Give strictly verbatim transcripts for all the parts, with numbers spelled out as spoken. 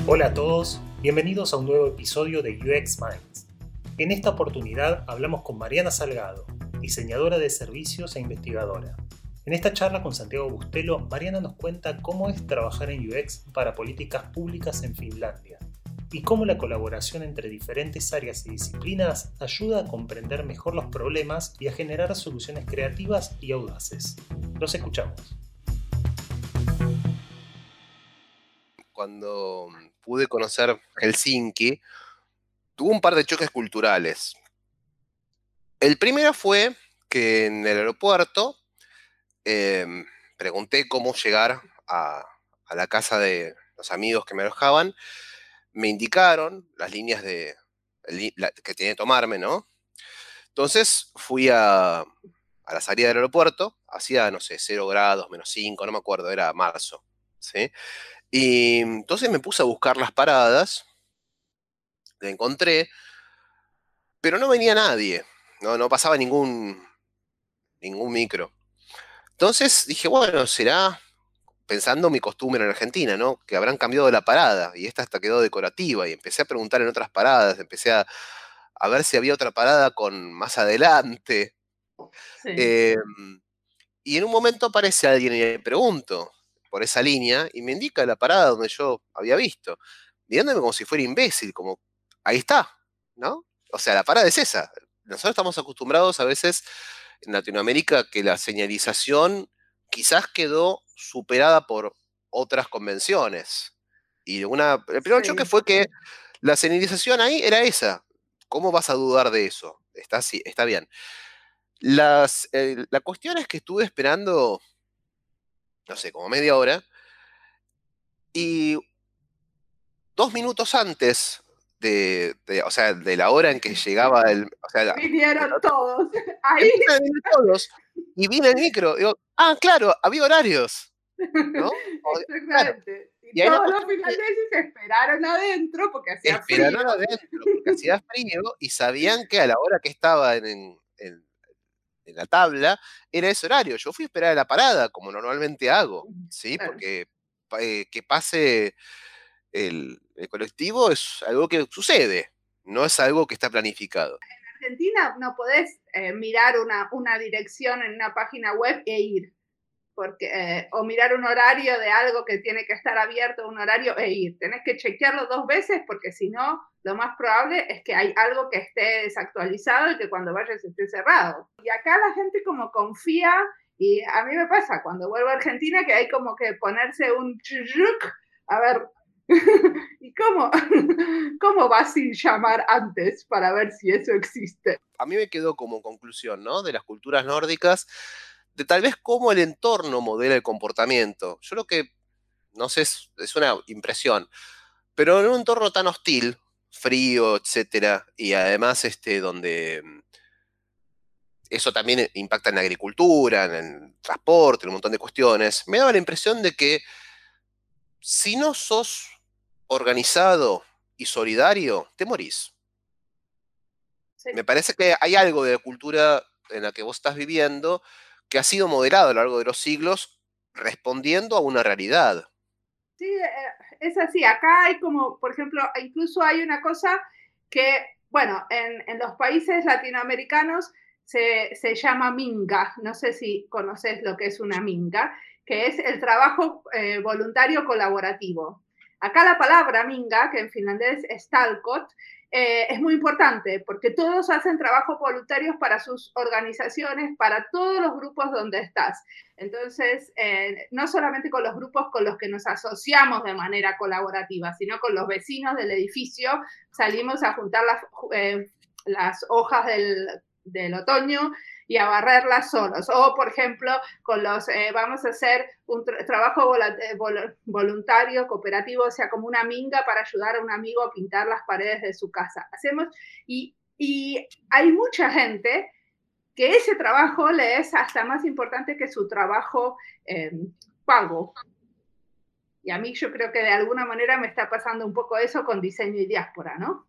Hola a todos, bienvenidos a un nuevo episodio de U X Minds. En esta oportunidad hablamos con Mariana Salgado, diseñadora de servicios e investigadora. En esta charla con Santiago Bustelo, Mariana nos cuenta cómo es trabajar en U X para políticas públicas en Finlandia y cómo la colaboración entre diferentes áreas y disciplinas ayuda a comprender mejor los problemas y a generar soluciones creativas y audaces. Los escuchamos. Cuando pude conocer Helsinki, tuve un par de choques culturales. El primero fue que en el aeropuerto eh, pregunté cómo llegar a, a la casa de los amigos que me alojaban. Me indicaron las líneas de, li- la- que tenía que tomarme, ¿no? Entonces fui a, a la salida del aeropuerto, hacía, no sé, cero grados, menos cinco, no me acuerdo, era marzo, ¿sí? Y entonces me puse a buscar las paradas, la encontré, pero no venía nadie, no, no pasaba ningún, ningún micro. Entonces dije, bueno, será, pensando mi costumbre en Argentina, ¿no? Que habrán cambiado la parada y esta hasta quedó decorativa y empecé a preguntar en otras paradas, empecé a, a ver si había otra parada con más adelante. Sí. Eh, y en un momento aparece alguien y le pregunto por esa línea y me indica la parada donde yo había visto, mirándome como si fuera imbécil, como, ahí está, ¿no? O sea, la parada es esa. Nosotros estamos acostumbrados a veces en Latinoamérica que la señalización quizás quedó superada por otras convenciones. Y una, el primer choque Sí. fue que la señalización ahí era esa. ¿Cómo vas a dudar de eso? Está, sí, está bien. Las, eh, la cuestión es que estuve esperando, no sé, como media hora, y dos minutos antes de, de- o sea, de la hora en que llegaba el, o sea, la- el Vinieron otro, todos. Ahí. empiezan a venir todos, y vine el micro, digo, ah, claro, había horarios, ¿no? O- claro, Exactamente. Y y ahí la todos los cuestión es que finlandeses esperaron adentro porque hacía esperaron frío. adentro, porque hacía frío, y sabían que a la hora que estaba en, en- en- en la tabla, era ese horario. Yo fui a esperar a la parada, como normalmente hago, ¿sí? Claro. Porque pa- eh, que pase el, el colectivo es algo que sucede, no es algo que está planificado. En Argentina no podés eh, mirar una, una dirección en una página web e ir. Porque, eh, o mirar un horario de algo que tiene que estar abierto, un horario, e ir. Tenés que chequearlo dos veces porque si no, lo más probable es que hay algo que esté desactualizado y que cuando vayas esté cerrado. Y acá la gente como confía, y a mí me pasa cuando vuelvo a Argentina que hay como que ponerse un churruc, a ver, ¿y cómo, cómo vas sin llamar antes para ver si eso existe? A mí me quedó como conclusión, ¿no? De las culturas nórdicas, de tal vez cómo el entorno modela el comportamiento. Yo lo que, no sé, es, es una impresión, pero en un entorno tan hostil, frío, etcétera, y además este, donde mm, eso también impacta en la agricultura, en el transporte, en un montón de cuestiones, me daba la impresión de que si no sos organizado y solidario, te morís. Sí. Me parece que hay algo de la cultura en la que vos estás viviendo que ha sido moderado a lo largo de los siglos respondiendo a una realidad. Sí, eh, es así. Acá hay como, por ejemplo, incluso hay una cosa que, bueno, en, en los países latinoamericanos se, se llama minga. No sé si conoces lo que es una minga, que es el trabajo eh, voluntario colaborativo. Acá la palabra minga, que en finlandés es talkot, eh, es muy importante porque todos hacen trabajos voluntarios para sus organizaciones, para todos los grupos donde estás. Entonces, eh, no solamente con los grupos con los que nos asociamos de manera colaborativa, sino con los vecinos del edificio, salimos a juntar las, eh, las hojas del, del otoño y a barrerlas solos. O, por ejemplo, con los, eh, vamos a hacer un tra trabajo vol vol voluntario, cooperativo, o sea, como una minga para ayudar a un amigo a pintar las paredes de su casa. Hacemos, y, y hay mucha gente que ese trabajo le es hasta más importante que su trabajo eh, pago. Y a mí yo creo que de alguna manera me está pasando un poco eso con diseño y diáspora, ¿no?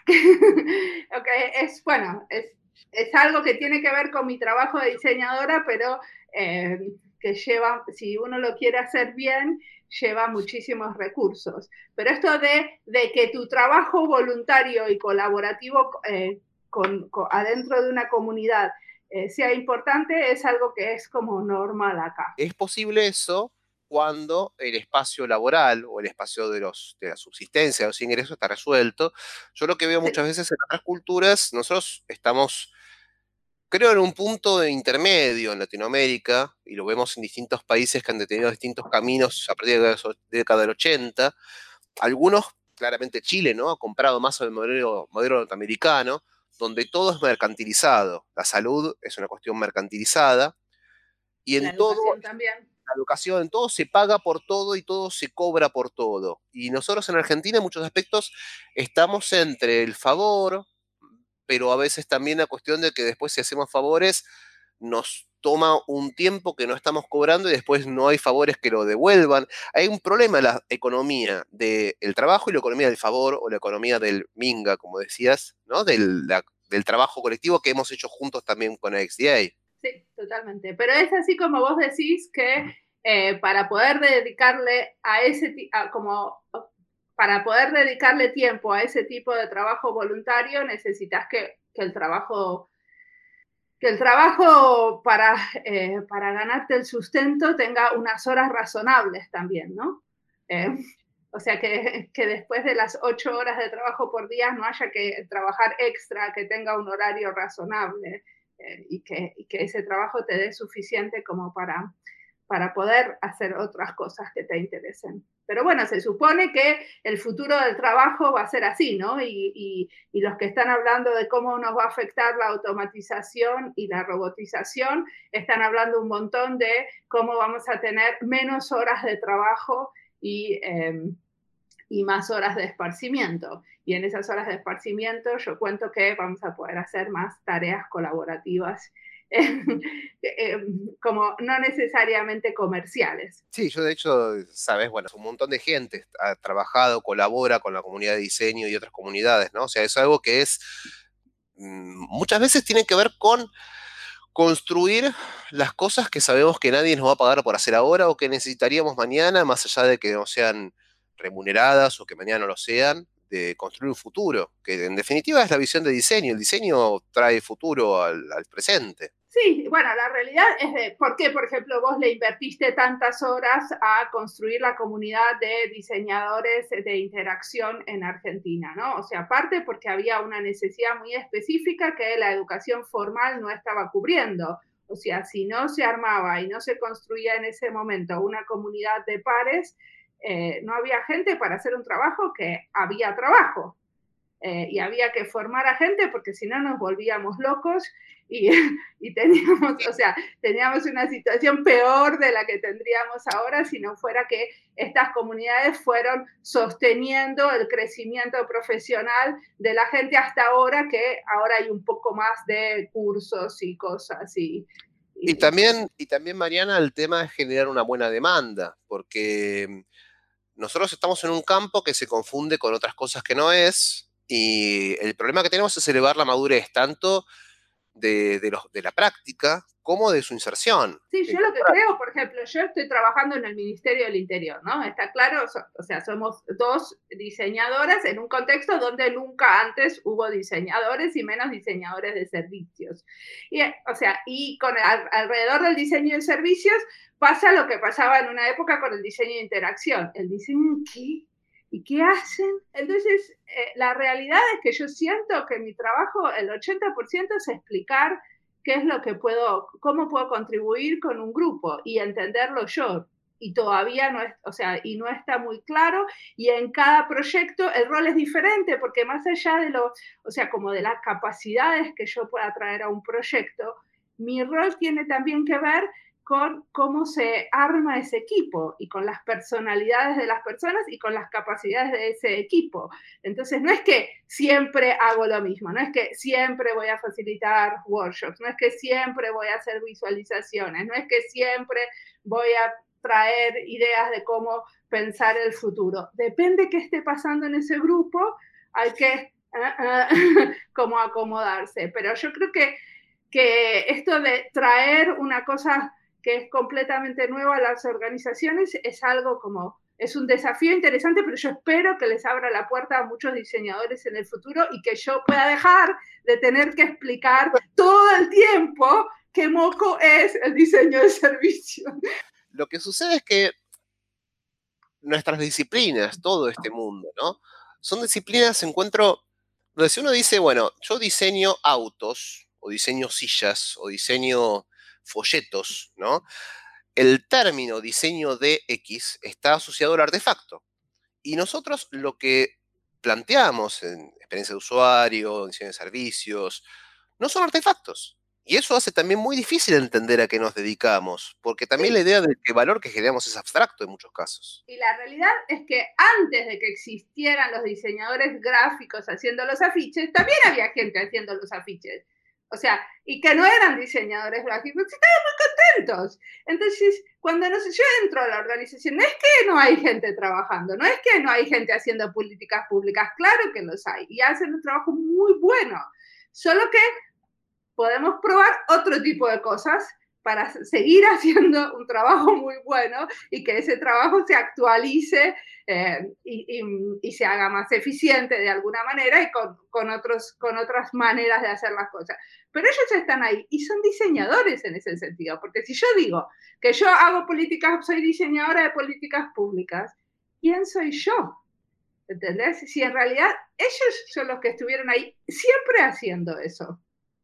Okay, es, bueno, es, es algo que tiene que ver con mi trabajo de diseñadora, pero eh, que lleva, si uno lo quiere hacer bien, lleva muchísimos recursos. Pero esto de, de que tu trabajo voluntario y colaborativo eh, con, con, adentro de una comunidad eh, sea importante es algo que es como normal acá. Es posible eso cuando el espacio laboral o el espacio de, los, de la subsistencia, de los ingresos está resuelto. Yo lo que veo muchas veces en otras culturas, nosotros estamos, creo, en un punto de intermedio en Latinoamérica, y lo vemos en distintos países que han tenido distintos caminos a partir de la década del ochenta. Algunos, claramente Chile, ¿no? Ha comprado más el modelo, modelo norteamericano, donde todo es mercantilizado. La salud es una cuestión mercantilizada. Y en la educación todo, también. La educación, en todo se paga por todo y todo se cobra por todo. Y nosotros en Argentina en muchos aspectos estamos entre el favor, pero a veces también la cuestión de que después si hacemos favores nos toma un tiempo que no estamos cobrando y después no hay favores que lo devuelvan. Hay un problema en la economía del trabajo y la economía del favor o la economía del minga, como decías, ¿no? Del, la, del trabajo colectivo que hemos hecho juntos también con X D A. Sí, totalmente. Pero es así como vos decís que eh, para poder dedicarle a ese a, como para poder dedicarle tiempo a ese tipo de trabajo voluntario necesitas que, que el trabajo que el trabajo para, eh, para ganarte el sustento tenga unas horas razonables también, ¿no? Eh, o sea, que, que después de las ocho horas de trabajo por día no haya que trabajar extra, que tenga un horario razonable. Eh, y, que, y que ese trabajo te dé suficiente como para, para poder hacer otras cosas que te interesen. Pero bueno, se supone que el futuro del trabajo va a ser así, ¿no? Y, y, y los que están hablando de cómo nos va a afectar la automatización y la robotización, están hablando un montón de cómo vamos a tener menos horas de trabajo y... Eh, y más horas de esparcimiento. Y en esas horas de esparcimiento yo cuento que vamos a poder hacer más tareas colaborativas, eh, eh, como no necesariamente comerciales. Sí, yo de hecho, sabes, bueno, un montón de gente ha trabajado, colabora con la comunidad de diseño y otras comunidades, ¿no? O sea, es algo que es, muchas veces tiene que ver con construir las cosas que sabemos que nadie nos va a pagar por hacer ahora o que necesitaríamos mañana, más allá de que no sean remuneradas o que mañana no lo sean, de construir un futuro, que en definitiva es la visión de diseño. El diseño trae futuro al, al presente. Sí, bueno, la realidad es de por qué, por ejemplo, vos le invertiste tantas horas a construir la comunidad de diseñadores de interacción en Argentina, ¿no? O sea, aparte porque había una necesidad muy específica que la educación formal no estaba cubriendo. O sea, si no se armaba y no se construía en ese momento una comunidad de pares, eh, no había gente para hacer un trabajo que había trabajo. Eh, y había que formar a gente porque si no nos volvíamos locos y, y teníamos, o sea, teníamos una situación peor de la que tendríamos ahora si no fuera que estas comunidades fueron sosteniendo el crecimiento profesional de la gente hasta ahora, que ahora hay un poco más de cursos y cosas. Y, y... y, también, y también, Mariana, el tema es generar una buena demanda, porque nosotros estamos en un campo que se confunde con otras cosas que no es. Y el problema que tenemos es elevar la madurez tanto de, de, los, de la práctica como de su inserción. Sí, yo lo que creo, por ejemplo, yo estoy trabajando en el Ministerio del Interior, ¿no? Está claro, o sea, somos dos diseñadoras en un contexto donde nunca antes hubo diseñadores y menos diseñadores de servicios. Y, o sea, y con al, alrededor del diseño de servicios pasa lo que pasaba en una época con el diseño de interacción. ¿El diseño qué? ¿Y qué hacen? Entonces, eh, la realidad es que yo siento que mi trabajo, el ochenta por ciento es explicar qué es lo que puedo, cómo puedo contribuir con un grupo y entenderlo yo. Y todavía no es, o sea, y no está muy claro. Y en cada proyecto el rol es diferente, porque más allá de lo, o sea, como de las capacidades que yo pueda traer a un proyecto, mi rol tiene también que ver con cómo se arma ese equipo y con las personalidades de las personas y con las capacidades de ese equipo. Entonces, no es que siempre hago lo mismo, no es que siempre voy a facilitar workshops, no es que siempre voy a hacer visualizaciones, no es que siempre voy a traer ideas de cómo pensar el futuro. Depende qué esté pasando en ese grupo, hay que uh, uh, cómo acomodarse. Pero yo creo que, que esto de traer una cosa que es completamente nuevo a las organizaciones, es algo como, es un desafío interesante, pero yo espero que les abra la puerta a muchos diseñadores en el futuro y que yo pueda dejar de tener que explicar todo el tiempo qué moco es el diseño de servicio. Lo que sucede es que nuestras disciplinas, todo este mundo, ¿no? Son disciplinas, encuentro, donde si uno dice, bueno, yo diseño autos, o diseño sillas, o diseño folletos, ¿no? El término diseño de X está asociado al artefacto. Y nosotros lo que planteamos en experiencia de usuario, en diseño de servicios, no son artefactos. Y eso hace también muy difícil entender a qué nos dedicamos, porque también Sí. la idea del que valor que generamos es abstracto en muchos casos. Y la realidad es que antes de que existieran los diseñadores gráficos haciendo los afiches, también había gente haciendo los afiches. O sea, y que no eran diseñadores gráficos, estaban muy contentos. Entonces, cuando no sé, yo entro a la organización, no es que no hay gente trabajando, no es que no hay gente haciendo políticas públicas, claro que los hay, y hacen un trabajo muy bueno. Solo que podemos probar otro tipo de cosas para seguir haciendo un trabajo muy bueno y que ese trabajo se actualice eh, y, y, y se haga más eficiente de alguna manera y con, con, otros, con otras maneras de hacer las cosas. Pero ellos están ahí y son diseñadores en ese sentido, porque si yo digo que yo hago políticas, soy diseñadora de políticas públicas, ¿quién soy yo? ¿Entendés? Si en realidad ellos son los que estuvieron ahí siempre haciendo eso.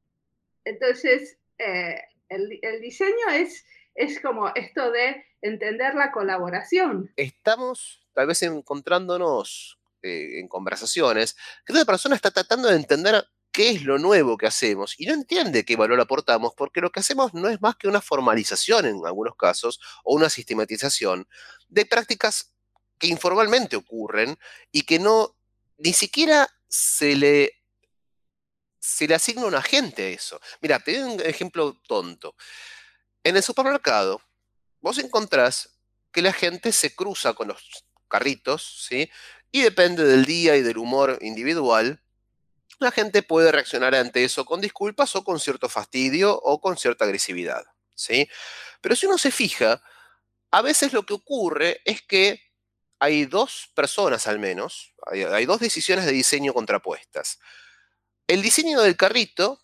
Entonces, eh, el, el diseño es, es como esto de entender la colaboración. Estamos tal vez encontrándonos eh, en conversaciones que una persona está tratando de entender qué es lo nuevo que hacemos y no entiende qué valor aportamos porque lo que hacemos no es más que una formalización en algunos casos o una sistematización de prácticas que informalmente ocurren y que no ni siquiera se le se le asigna un agente a eso. Mira, te doy un ejemplo tonto. En el supermercado, vos encontrás que la gente se cruza con los carritos, ¿sí? Y depende del día y del humor individual, la gente puede reaccionar ante eso con disculpas o con cierto fastidio o con cierta agresividad, ¿sí? Pero si uno se fija, a veces lo que ocurre es que hay dos personas al menos, hay, hay dos decisiones de diseño contrapuestas. El diseño del carrito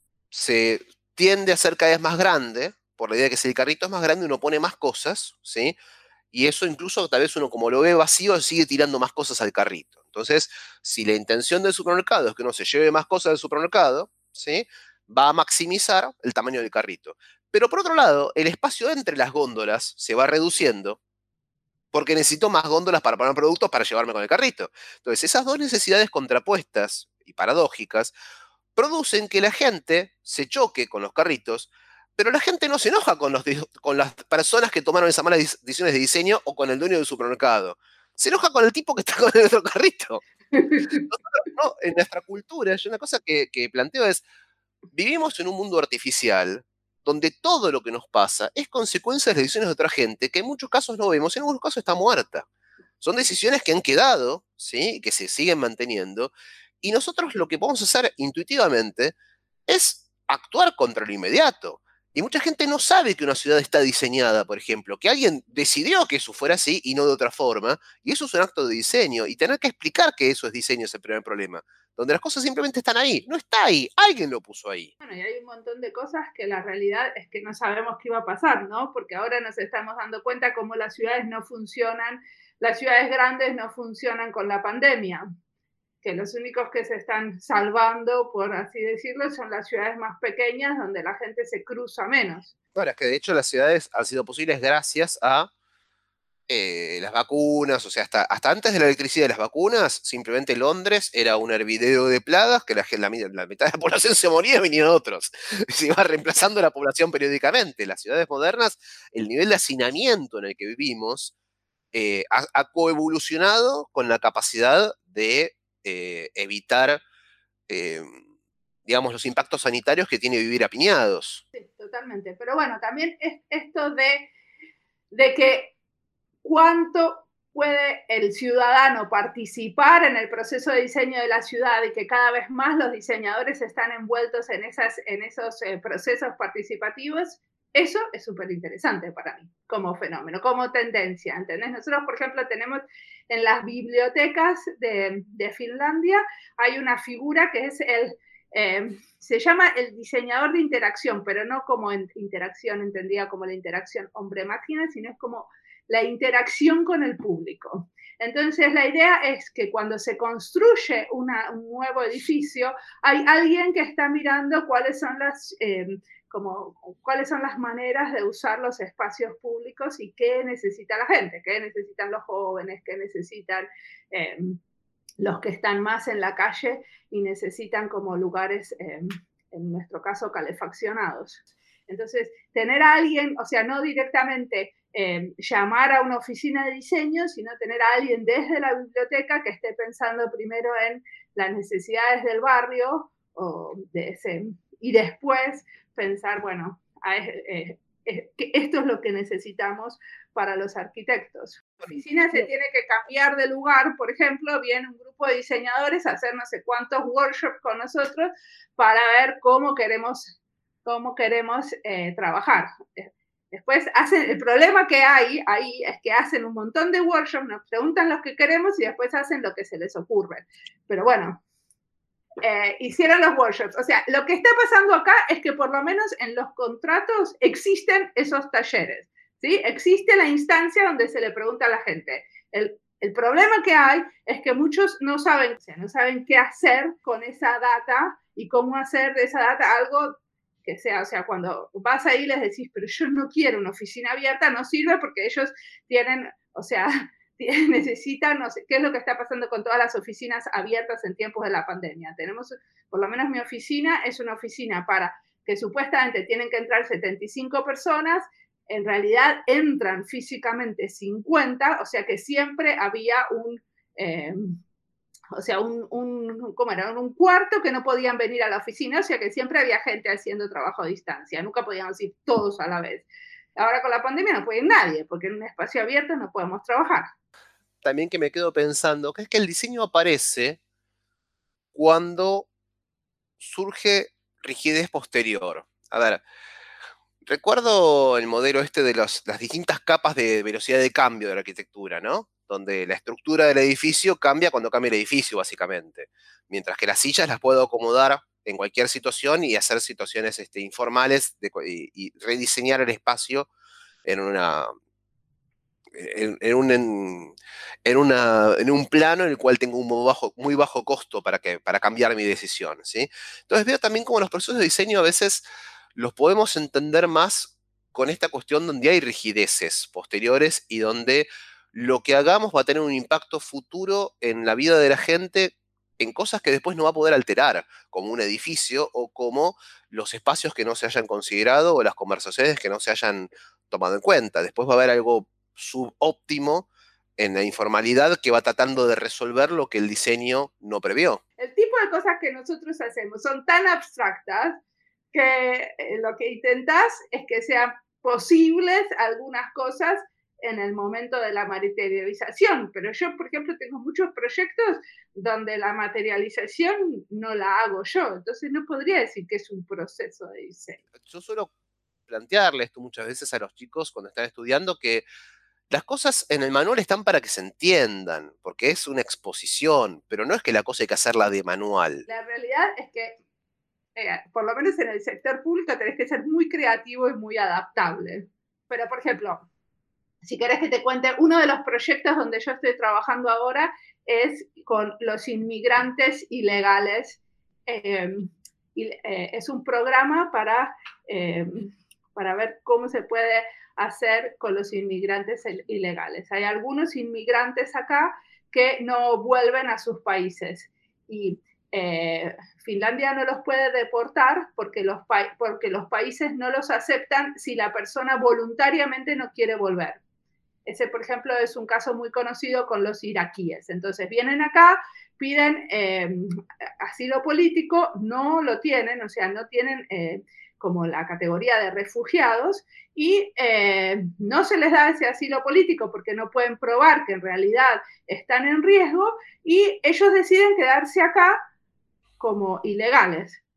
se tiende a ser cada vez más grande, por la idea de que si el carrito es más grande uno pone más cosas, ¿sí? Y eso incluso tal vez uno como lo ve vacío sigue tirando más cosas al carrito. Entonces, si la intención del supermercado es que uno se lleve más cosas del supermercado, ¿sí? Va a maximizar el tamaño del carrito. Pero por otro lado, el espacio entre las góndolas se va reduciendo porque necesito más góndolas para poner productos para llevarme con el carrito. Entonces, esas dos necesidades contrapuestas y paradójicas producen que la gente se choque con los carritos, pero la gente no se enoja con, los, con las personas que tomaron esas malas decisiones de diseño o con el dueño del supermercado. Se enoja con el tipo que está con el otro carrito. Nosotros, no, en nuestra cultura, yo una cosa que, que planteo es, vivimos en un mundo artificial donde todo lo que nos pasa es consecuencia de las decisiones de otra gente que en muchos casos no vemos, en algunos casos está muerta. Son decisiones que han quedado, ¿sí? Que se siguen manteniendo, y nosotros lo que podemos hacer intuitivamente es actuar contra lo inmediato. Y mucha gente no sabe que una ciudad está diseñada, por ejemplo, que alguien decidió que eso fuera así y no de otra forma, y eso es un acto de diseño, y tener que explicar que eso es diseño es el primer problema, donde las cosas simplemente están ahí, no está ahí, alguien lo puso ahí. Bueno, y hay un montón de cosas que la realidad es que no sabemos qué iba a pasar, ¿no? Porque ahora nos estamos dando cuenta cómo las ciudades no funcionan, las ciudades grandes no funcionan con la pandemia, que los únicos que se están salvando, por así decirlo, son las ciudades más pequeñas donde la gente se cruza menos. Ahora, es que de hecho las ciudades han sido posibles gracias a eh, las vacunas, o sea, hasta, hasta antes de la electricidad de las vacunas, simplemente Londres era un hervidero de plagas, que la, la, la mitad de la población se moría y venían otros. Se iba reemplazando la población periódicamente. Las ciudades modernas, el nivel de hacinamiento en el que vivimos eh, ha, ha coevolucionado con la capacidad de eh, evitar, eh, digamos, los impactos sanitarios que tiene vivir apiñados. Sí, totalmente. Pero bueno, también es esto de, de que cuánto puede el ciudadano participar en el proceso de diseño de la ciudad y que cada vez más los diseñadores están envueltos en, esas, en esos eh, procesos participativos, Eso es súper interesante para mí, como fenómeno, como tendencia, ¿entendés? Nosotros, por ejemplo, tenemos en las bibliotecas de, de Finlandia, hay una figura que es el, eh, se llama el diseñador de interacción, pero no como en, interacción entendida como la interacción hombre-máquina, sino es como la interacción con el público. Entonces, la idea es que cuando se construye una, un nuevo edificio, hay alguien que está mirando cuáles son las... Eh, como cuáles son las maneras de usar los espacios públicos y qué necesita la gente, qué necesitan los jóvenes, qué necesitan eh, los que están más en la calle y necesitan como lugares, eh, en nuestro caso, calefaccionados. Entonces, tener a alguien, o sea, no directamente eh, llamar a una oficina de diseño, sino tener a alguien desde la biblioteca que esté pensando primero en las necesidades del barrio o de ese, y después pensar, bueno, eh, eh, que esto es lo que necesitamos para los arquitectos. La oficina se tiene que cambiar de lugar, por ejemplo, viene un grupo de diseñadores a hacer no sé cuántos workshops con nosotros para ver cómo queremos, cómo queremos eh, trabajar. Después hacen, el problema que hay ahí es que hacen un montón de workshops, nos preguntan lo que queremos y después hacen lo que se les ocurre. Pero bueno, Eh, hicieron los workshops. O sea, lo que está pasando acá es que por lo menos en los contratos existen esos talleres, ¿sí? Existe la instancia donde se le pregunta a la gente. El, el problema que hay es que muchos no saben, o sea, no saben qué hacer con esa data y cómo hacer de esa data algo que sea, o sea, cuando vas ahí les decís, pero yo no quiero una oficina abierta, no sirve porque ellos tienen, o sea, necesitan, no sé, qué es lo que está pasando con todas las oficinas abiertas en tiempos de la pandemia. Tenemos, por lo menos mi oficina es una oficina para que supuestamente tienen que entrar setenta y cinco personas, en realidad entran físicamente cincuenta, o sea que siempre había un, eh, o sea, un, un, ¿cómo era? Un cuarto que no podían venir a la oficina, o sea que siempre había gente haciendo trabajo a distancia, nunca podíamos ir todos a la vez. Ahora con la pandemia no puede ir nadie, porque en un espacio abierto no podemos trabajar. También que me quedo pensando, que es que el diseño aparece cuando surge rigidez posterior. A ver, recuerdo el modelo este de los, las distintas capas de velocidad de cambio de la arquitectura, ¿no? Donde la estructura del edificio cambia cuando cambia el edificio, básicamente. Mientras que las sillas las puedo acomodar en cualquier situación y hacer situaciones este, informales de, y, y rediseñar el espacio en una, en, en, un, en, en, una, en un plano en el cual tengo un muy bajo, muy bajo costo para, que, para cambiar mi decisión, ¿sí? Entonces veo también como los procesos de diseño a veces los podemos entender más con esta cuestión donde hay rigideces posteriores y donde lo que hagamos va a tener un impacto futuro en la vida de la gente en cosas que después no va a poder alterar, como un edificio o como los espacios que no se hayan considerado o las conversaciones que no se hayan tomado en cuenta. Después va a haber algo subóptimo en la informalidad que va tratando de resolver lo que el diseño no previó. El tipo de cosas que nosotros hacemos son tan abstractas que lo que intentas es que sean posibles algunas cosas en el momento de la materialización. Pero yo, por ejemplo, tengo muchos proyectos donde la materialización no la hago yo. Entonces no podría decir que es un proceso de diseño. Yo suelo plantearle esto muchas veces a los chicos cuando están estudiando, que las cosas en el manual están para que se entiendan, porque es una exposición, pero no es que la cosa hay que hacerla de manual. La realidad es que, eh, por lo menos en el sector público, tenés que ser muy creativo y muy adaptable. Pero, por ejemplo, si querés que te cuente, uno de los proyectos donde yo estoy trabajando ahora es con los inmigrantes ilegales. Eh, y, eh, es un programa para, eh, para ver cómo se puede hacer con los inmigrantes ilegales. Hay algunos inmigrantes acá que no vuelven a sus países y eh, Finlandia no los puede deportar porque los, porque los países no los aceptan si la persona voluntariamente no quiere volver. Ese, por ejemplo, es un caso muy conocido con los iraquíes. Entonces vienen acá, piden eh, asilo político, no lo tienen, o sea, no tienen eh, como la categoría de refugiados y eh, no se les da ese asilo político porque no pueden probar que en realidad están en riesgo y ellos deciden quedarse acá como ilegales.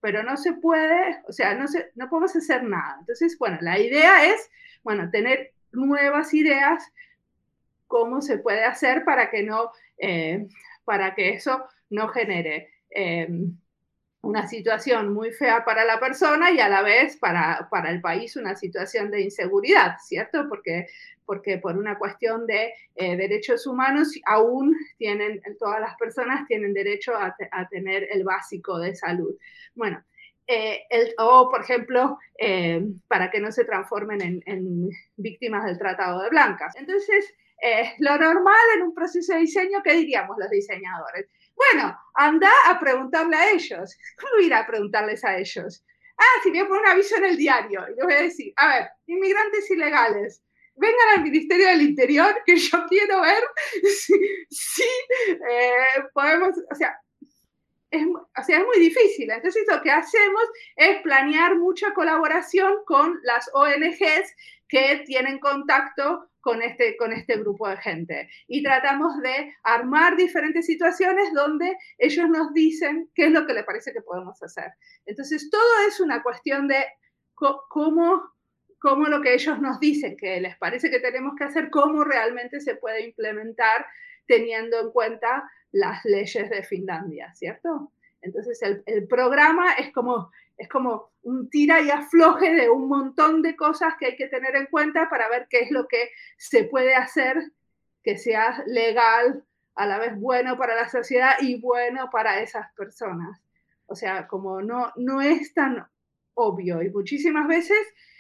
pero no se puede, o sea, no, se, no podemos hacer nada. Entonces, bueno, la idea es, bueno, tener nuevas ideas, cómo se puede hacer para que no, eh, para que eso no genere eh, una situación muy fea para la persona y a la vez para, para el país una situación de inseguridad, ¿cierto? Porque, porque por una cuestión de eh, derechos humanos aún tienen, todas las personas tienen derecho a, te, a tener el básico de salud. Bueno, eh, el, o por ejemplo, eh, para que no se transformen en, en víctimas del tratado de blancas. Entonces, eh, lo normal en un proceso de diseño, ¿qué diríamos los diseñadores? Bueno, anda a preguntarle a ellos. ¿Cómo ir a preguntarles a ellos? Ah, si voy a poner un aviso en el diario y les voy a decir, a ver, inmigrantes ilegales, vengan al Ministerio del Interior que yo quiero ver si, si eh, podemos, o sea, es, o sea, es muy difícil. Entonces lo que hacemos es planear mucha colaboración con las O N Ges que tienen contacto con este, con este grupo de gente. Y tratamos de armar diferentes situaciones donde ellos nos dicen qué es lo que les parece que podemos hacer. Entonces, todo es una cuestión de cómo, cómo lo que ellos nos dicen que les parece que tenemos que hacer, cómo realmente se puede implementar teniendo en cuenta las leyes de Finlandia, ¿cierto? Entonces, el, el programa es como, es como un tira y afloje de un montón de cosas que hay que tener en cuenta para ver qué es lo que se puede hacer que sea legal, a la vez bueno para la sociedad y bueno para esas personas. O sea, como no, no es tan obvio y muchísimas veces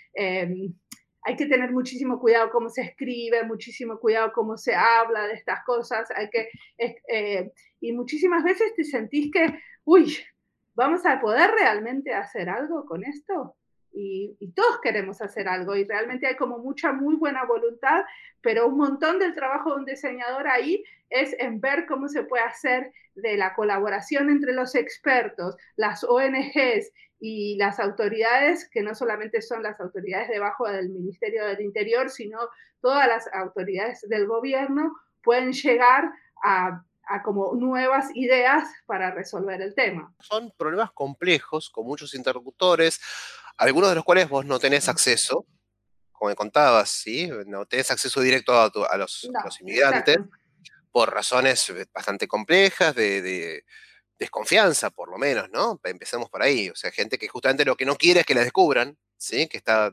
eh, hay que tener muchísimo cuidado cómo se escribe, muchísimo cuidado cómo se habla de estas cosas, hay que, eh, y muchísimas veces te sentís que, uy, ¿vamos a poder realmente hacer algo con esto? Y, y todos queremos hacer algo y realmente hay como mucha, muy buena voluntad, pero un montón del trabajo de un diseñador ahí es en ver cómo se puede hacer de la colaboración entre los expertos, las O N Ges y las autoridades, que no solamente son las autoridades debajo del Ministerio del Interior, sino todas las autoridades del gobierno, pueden llegar a, a como nuevas ideas para resolver el tema. Son problemas complejos, con muchos interlocutores, algunos de los cuales vos no tenés acceso, como me contabas, ¿sí? No tenés acceso directo a, tu, a, los, no, a los inmigrantes, exacto. por razones bastante complejas, de, de desconfianza, por lo menos, ¿no? Empecemos por ahí. O sea, gente que justamente lo que no quiere es que la descubran, ¿sí? Que está...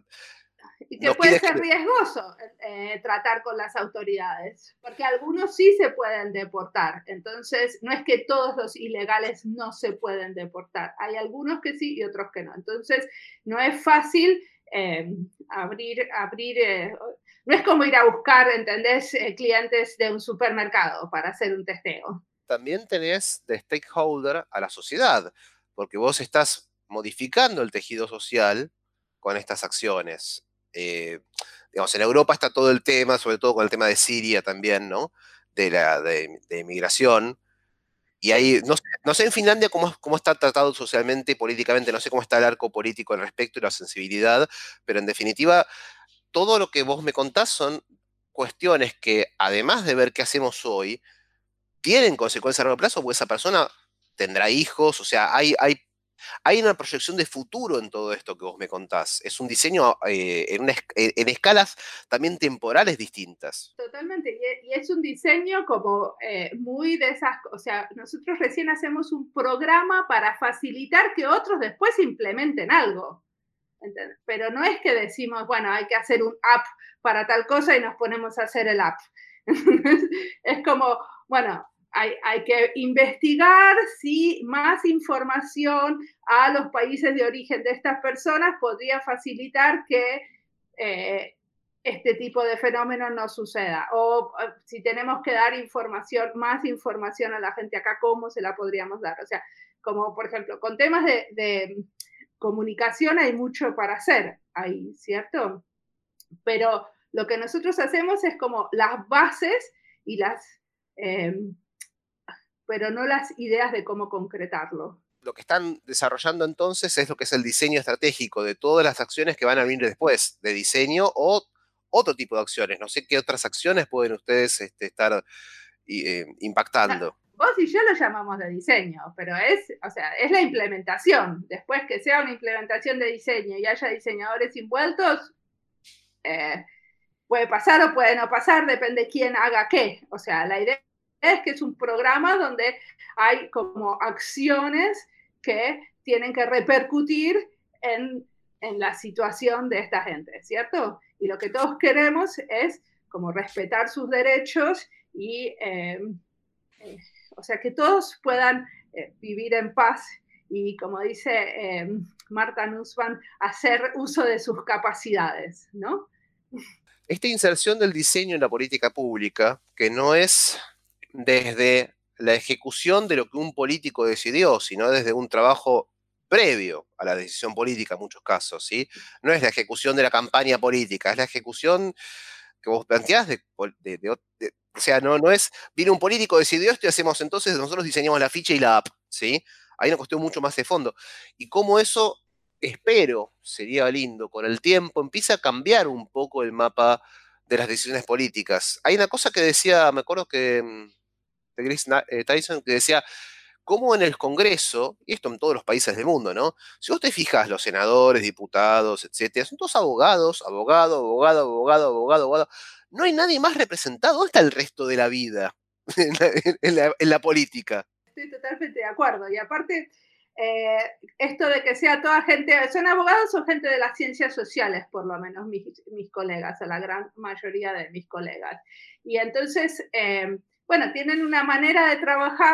Y que No puede quiere ser que... riesgoso eh, tratar con las autoridades, porque algunos sí se pueden deportar. Entonces, no es que todos los ilegales no se pueden deportar. Hay algunos que sí y otros que no. Entonces, no es fácil eh, abrir, abrir eh, no es como ir a buscar, ¿entendés?, eh, clientes de un supermercado para hacer un testeo. También tenés de stakeholder a la sociedad, porque vos estás modificando el tejido social con estas acciones. Eh, digamos, en Europa está todo el tema, sobre todo con el tema de Siria también, ¿no? De la de, de migración. Y ahí, Sí. no, sé- no sé en Finlandia cómo, cómo está tratado socialmente, políticamente, no sé cómo está el arco político al respecto y la sensibilidad, pero en definitiva, todo lo que vos me contás son cuestiones que, además de ver qué hacemos hoy, tienen consecuencias a largo plazo, porque esa persona tendrá hijos, o sea, hay, hay, hay una proyección de futuro en todo esto que vos me contás. Es un diseño eh, en, una, en escalas también temporales distintas. Totalmente, y es un diseño como eh, muy de esas, o sea, nosotros recién hacemos un programa para facilitar que otros después implementen algo, ¿entendés? Pero no es que decimos, bueno, hay que hacer un app para tal cosa y nos ponemos a hacer el app. Es como, bueno, hay, hay que investigar si más información a los países de origen de estas personas podría facilitar que eh, este tipo de fenómeno no suceda. O uh, si tenemos que dar información, más información a la gente acá, ¿cómo se la podríamos dar? O sea, como por ejemplo, con temas de, de comunicación hay mucho para hacer ahí, ¿cierto? Pero lo que nosotros hacemos es como las bases y las, eh, pero no las ideas de cómo concretarlo. Lo que están desarrollando entonces es lo que es el diseño estratégico de todas las acciones que van a venir después, de diseño o otro tipo de acciones. No sé qué otras acciones pueden ustedes este, estar eh, impactando. vos y yo lo llamamos de diseño, pero es, o sea, es la implementación. Después que sea una implementación de diseño y haya diseñadores envueltos, eh, puede pasar o puede no pasar, depende quién haga qué. O sea, la idea es que es un programa donde hay como acciones que tienen que repercutir en, en la situación de esta gente, ¿cierto? Y lo que todos queremos es como respetar sus derechos y, eh, eh, o sea, que todos puedan eh, vivir en paz y, como dice eh, Marta Nussbaum, hacer uso de sus capacidades, ¿no? Esta inserción del diseño en la política pública, que no es desde la ejecución de lo que un político decidió, sino desde un trabajo previo a la decisión política en muchos casos, ¿sí? No es la ejecución de la campaña política, es la ejecución que vos planteás de, de, de, de o sea, no, no es, viene un político, decidió esto y hacemos entonces, nosotros diseñamos la ficha y la app, ¿sí? Hay una cuestión mucho más de fondo. Y cómo eso, espero, sería lindo, con el tiempo empieza a cambiar un poco el mapa de las decisiones políticas. Hay una cosa que decía, me acuerdo que de Grace Tyson, que decía, cómo en el Congreso, y esto en todos los países del mundo, ¿no? Si vos te fijas, los senadores, diputados, etcétera, son todos abogados, abogado, abogado, abogado, abogado, abogado. No hay nadie más representado. ¿Dónde está el resto de la vida en la, en la, en la política? Estoy totalmente de acuerdo. Y aparte, eh, esto de que sea toda gente, son abogados o gente de las ciencias sociales, por lo menos mis, mis colegas, o la gran mayoría de mis colegas. Y entonces, eh, bueno, tienen una manera de trabajar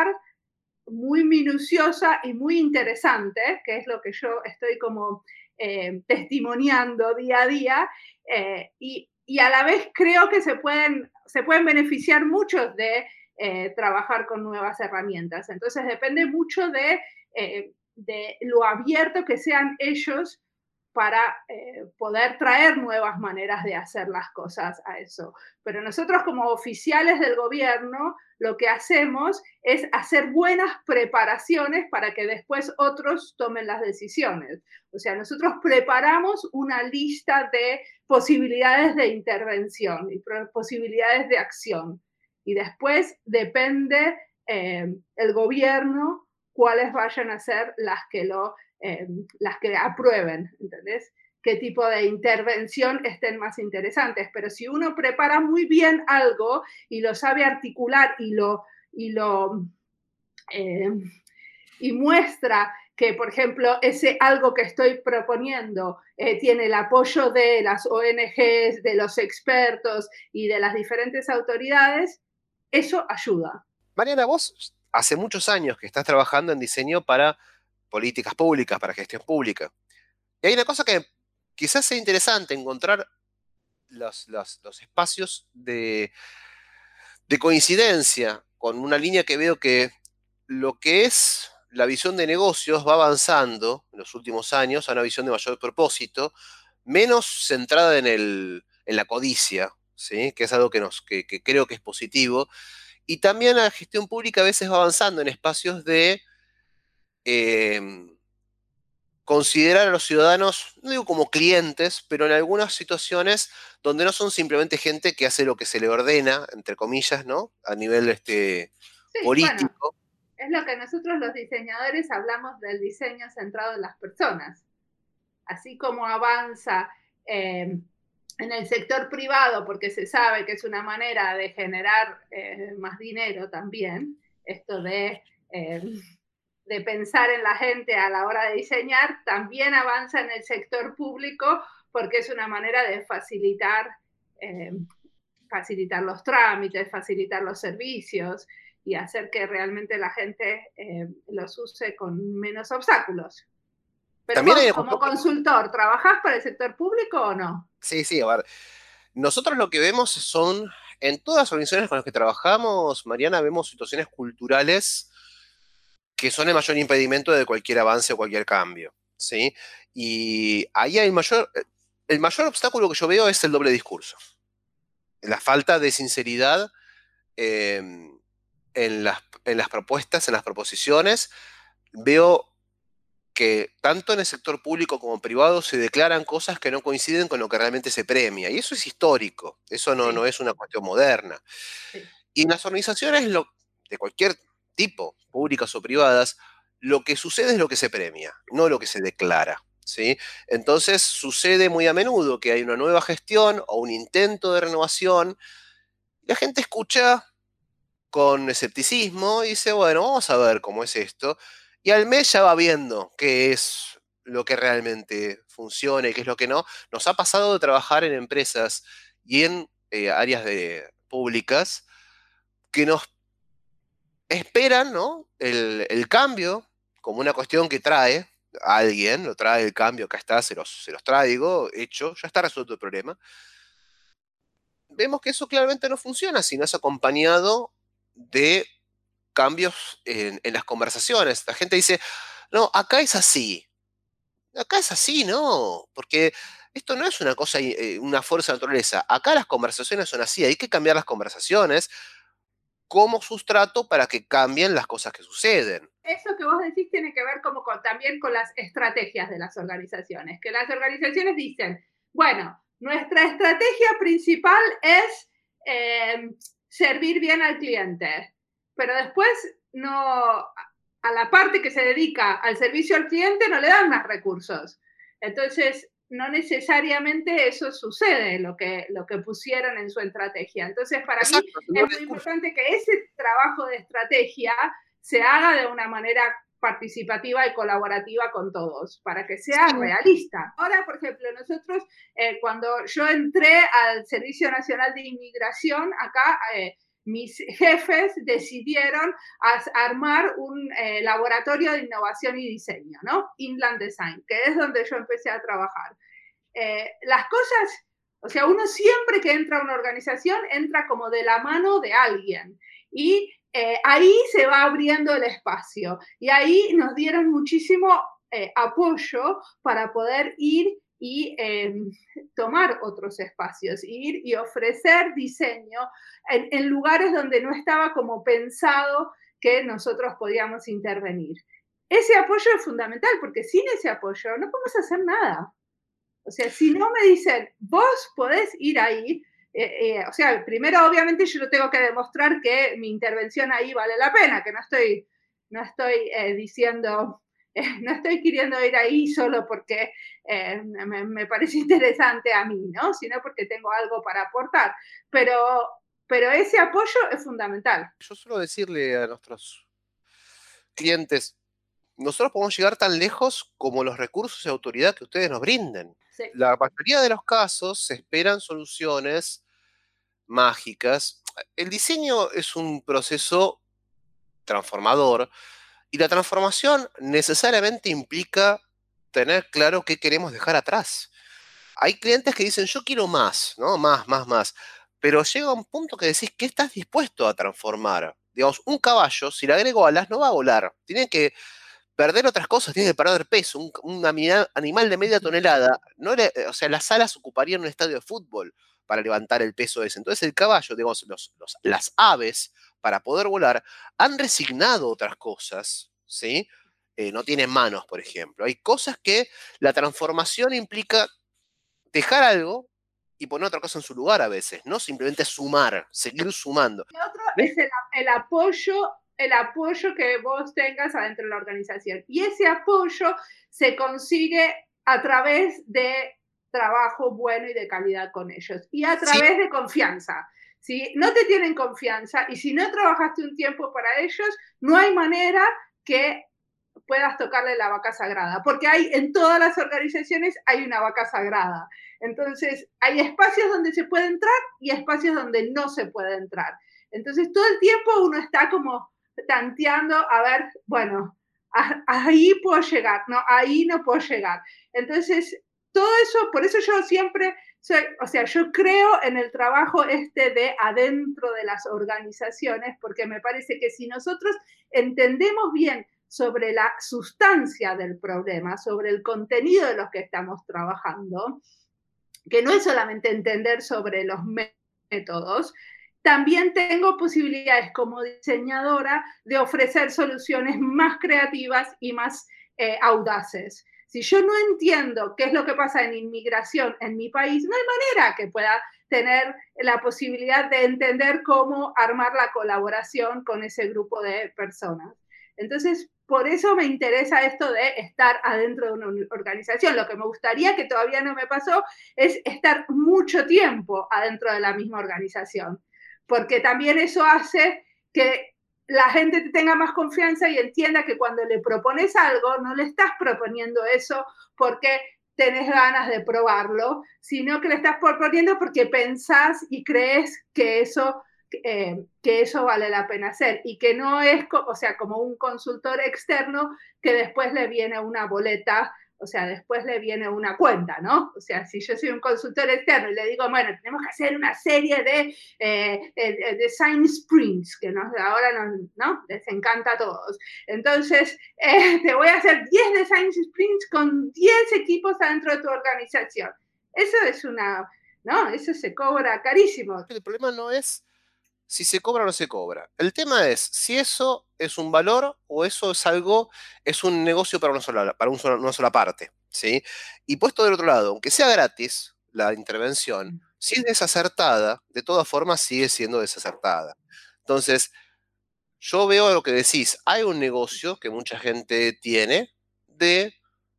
muy minuciosa y muy interesante, que es lo que yo estoy como eh, testimoniando día a día, eh, y, y a la vez creo que se pueden, se pueden beneficiar muchos de eh, trabajar con nuevas herramientas. Entonces depende mucho de, eh, de lo abierto que sean ellos para eh, poder traer nuevas maneras de hacer las cosas a eso. Pero nosotros como oficiales del gobierno, lo que hacemos es hacer buenas preparaciones para que después otros tomen las decisiones. O sea, nosotros preparamos una lista de posibilidades de intervención y posibilidades de acción. Y después depende eh, el gobierno cuáles vayan a ser las que lo Eh, las que aprueben, ¿entendés? Qué tipo de intervención estén más interesantes. Pero si uno prepara muy bien algo y lo sabe articular y lo, y lo eh, y muestra que, por ejemplo, ese algo que estoy proponiendo eh, tiene el apoyo de las O N Ges, de los expertos y de las diferentes autoridades, eso ayuda. Mariana, vos hace muchos años que estás trabajando en diseño para políticas públicas, para gestión pública. Y hay una cosa que quizás sea interesante, encontrar los, los, los espacios de, de coincidencia con una línea que veo que lo que es la visión de negocios va avanzando en los últimos años a una visión de mayor propósito, menos centrada en, el, en la codicia, ¿sí? Que es algo que, nos, que, que creo que es positivo. Y también la gestión pública a veces va avanzando en espacios de eh, considerar a los ciudadanos, no digo como clientes, pero en algunas situaciones donde no son simplemente gente que hace lo que se le ordena, entre comillas, ¿no? A nivel este, sí, político. Bueno, es lo que nosotros los diseñadores hablamos del diseño centrado en las personas. Así como avanza eh, en el sector privado, porque se sabe que es una manera de generar eh, más dinero también, esto de... Eh, de pensar en la gente a la hora de diseñar, también avanza en el sector público porque es una manera de facilitar, eh, facilitar los trámites, facilitar los servicios y hacer que realmente la gente eh, los use con menos obstáculos. Pero También vos, hay como consultor, ¿trabajás para el sector público o no? Sí, sí, a ver. Nosotros lo que vemos son, en todas las organizaciones con las que trabajamos, Mariana, vemos situaciones culturales que son el mayor impedimento de cualquier avance o cualquier cambio, ¿sí? Y ahí hay el mayor, el mayor obstáculo que yo veo es el doble discurso. La falta de sinceridad eh, en las, en las propuestas, en las proposiciones. Veo que tanto en el sector público como privado se declaran cosas que no coinciden con lo que realmente se premia. Y eso es histórico, eso no, Sí. no es una cuestión moderna. Sí. Y en las organizaciones lo, de cualquier tipo, públicas o privadas, lo que sucede es lo que se premia, no lo que se declara, ¿sí? Entonces sucede muy a menudo que hay una nueva gestión o un intento de renovación, la gente escucha con escepticismo y dice, bueno, vamos a ver cómo es esto, y al mes ya va viendo qué es lo que realmente funciona y qué es lo que no. Nos ha pasado de trabajar en empresas y en eh, áreas de, públicas que nos esperan, ¿no? el, el cambio como una cuestión que trae alguien, lo trae el cambio, acá está, se los, se los traigo, hecho, ya está resuelto el problema. Vemos que eso claramente no funciona si no es acompañado de cambios en, en las conversaciones. La gente dice, no, acá es así. Acá es así, no, porque esto no es una cosa, eh, una fuerza de naturaleza. Acá las conversaciones son así, hay que cambiar las conversaciones como sustrato para que cambien las cosas que suceden. Eso que vos decís tiene que ver como con, también con las estrategias de las organizaciones, que las organizaciones dicen, bueno, nuestra estrategia principal es eh, servir bien al cliente, pero después no, a la parte que se dedica al servicio al cliente no le dan más recursos. Entonces, no necesariamente eso sucede, lo que, lo que pusieron en su estrategia. Entonces, para Exacto, mí es muy importante que ese trabajo de estrategia se haga de una manera participativa y colaborativa con todos, para que sea sí. realista. Ahora, por ejemplo, nosotros, eh, cuando yo entré al Servicio Nacional de Inmigración, acá eh, mis jefes decidieron as, armar un eh, laboratorio de innovación y diseño, ¿no? Inland Design, que es donde yo empecé a trabajar. Eh, las cosas, o sea, uno siempre que entra a una organización, entra como de la mano de alguien. Y eh, ahí se va abriendo el espacio. Y ahí nos dieron muchísimo eh, apoyo para poder ir y eh, tomar otros espacios, ir y ofrecer diseño en, en lugares donde no estaba como pensado que nosotros podíamos intervenir. Ese apoyo es fundamental, porque sin ese apoyo no podemos hacer nada. O sea, si no me dicen, vos podés ir ahí, eh, eh, o sea, primero obviamente yo lo tengo que demostrar que mi intervención ahí vale la pena, que no estoy, no estoy eh, diciendo, eh, no estoy queriendo ir ahí solo porque eh, me, me parece interesante a mí, ¿no? Sino porque tengo algo para aportar. Pero, pero ese apoyo es fundamental. Yo suelo decirle a nuestros clientes, nosotros podemos llegar tan lejos como los recursos y autoridad que ustedes nos brinden. Sí. La mayoría de los casos se esperan soluciones mágicas. El diseño es un proceso transformador y la transformación necesariamente implica tener claro qué queremos dejar atrás. Hay clientes que dicen, yo quiero más, ¿no? Más, más, más. Pero llega un punto que decís, ¿qué estás dispuesto a transformar? Digamos, un caballo, si le agrego alas, no va a volar. Tiene que perder otras cosas, tiene que perder peso. Un, un animal de media tonelada, no le, o sea, las alas ocuparían un estadio de fútbol para levantar el peso ese. Entonces el caballo, digamos, los, los, las aves, para poder volar, han resignado otras cosas, ¿sí? Eh, no tienen manos, por ejemplo. Hay cosas que la transformación implica dejar algo y poner otra cosa en su lugar a veces, no simplemente sumar, seguir sumando. Y otro ¿ves? es el, el apoyo el apoyo que vos tengas adentro de la organización. Y ese apoyo se consigue a través de trabajo bueno y de calidad con ellos. Y a través sí. de confianza. Si no te tienen confianza y si no trabajaste un tiempo para ellos, no hay manera que puedas tocarle la vaca sagrada. Porque hay, en todas las organizaciones hay una vaca sagrada. Entonces, hay espacios donde se puede entrar y espacios donde no se puede entrar. Entonces, todo el tiempo uno está como tanteando, a ver, bueno, a, ahí puedo llegar, no, ahí no puedo llegar. Entonces, todo eso, por eso yo siempre, soy, o sea, yo creo en el trabajo este de adentro de las organizaciones, porque me parece que si nosotros entendemos bien sobre la sustancia del problema, sobre el contenido de los que estamos trabajando, que no es solamente entender sobre los métodos, también tengo posibilidades como diseñadora de ofrecer soluciones más creativas y más eh, audaces. Si yo no entiendo qué es lo que pasa en inmigración en mi país, no hay manera que pueda tener la posibilidad de entender cómo armar la colaboración con ese grupo de personas. Entonces, por eso me interesa esto de estar adentro de una organización. Lo que me gustaría, que todavía no me pasó, es estar mucho tiempo adentro de la misma organización, porque también eso hace que la gente te tenga más confianza y entienda que cuando le propones algo, no le estás proponiendo eso porque tenés ganas de probarlo, sino que le estás proponiendo porque pensás y crees que eso, eh, que eso vale la pena hacer y que no es, o sea, como un consultor externo que después le viene una boleta, o sea, después le viene una cuenta, ¿no? O sea, si yo soy un consultor externo y le digo, bueno, tenemos que hacer una serie de eh, eh, design sprints, que nos, ahora nos, ¿no? les encanta a todos. Entonces, eh, te voy a hacer diez design sprints con diez equipos adentro de tu organización. Eso es una, ¿no? Eso se cobra carísimo. El problema no es si se cobra o no se cobra. El tema es si eso es un valor o eso es algo, es un negocio para una sola, para un solo- una sola parte, ¿sí? Y puesto del otro lado, aunque sea gratis la intervención, si es desacertada, de todas formas sigue siendo desacertada. Entonces, yo veo lo que decís, hay un negocio que mucha gente tiene de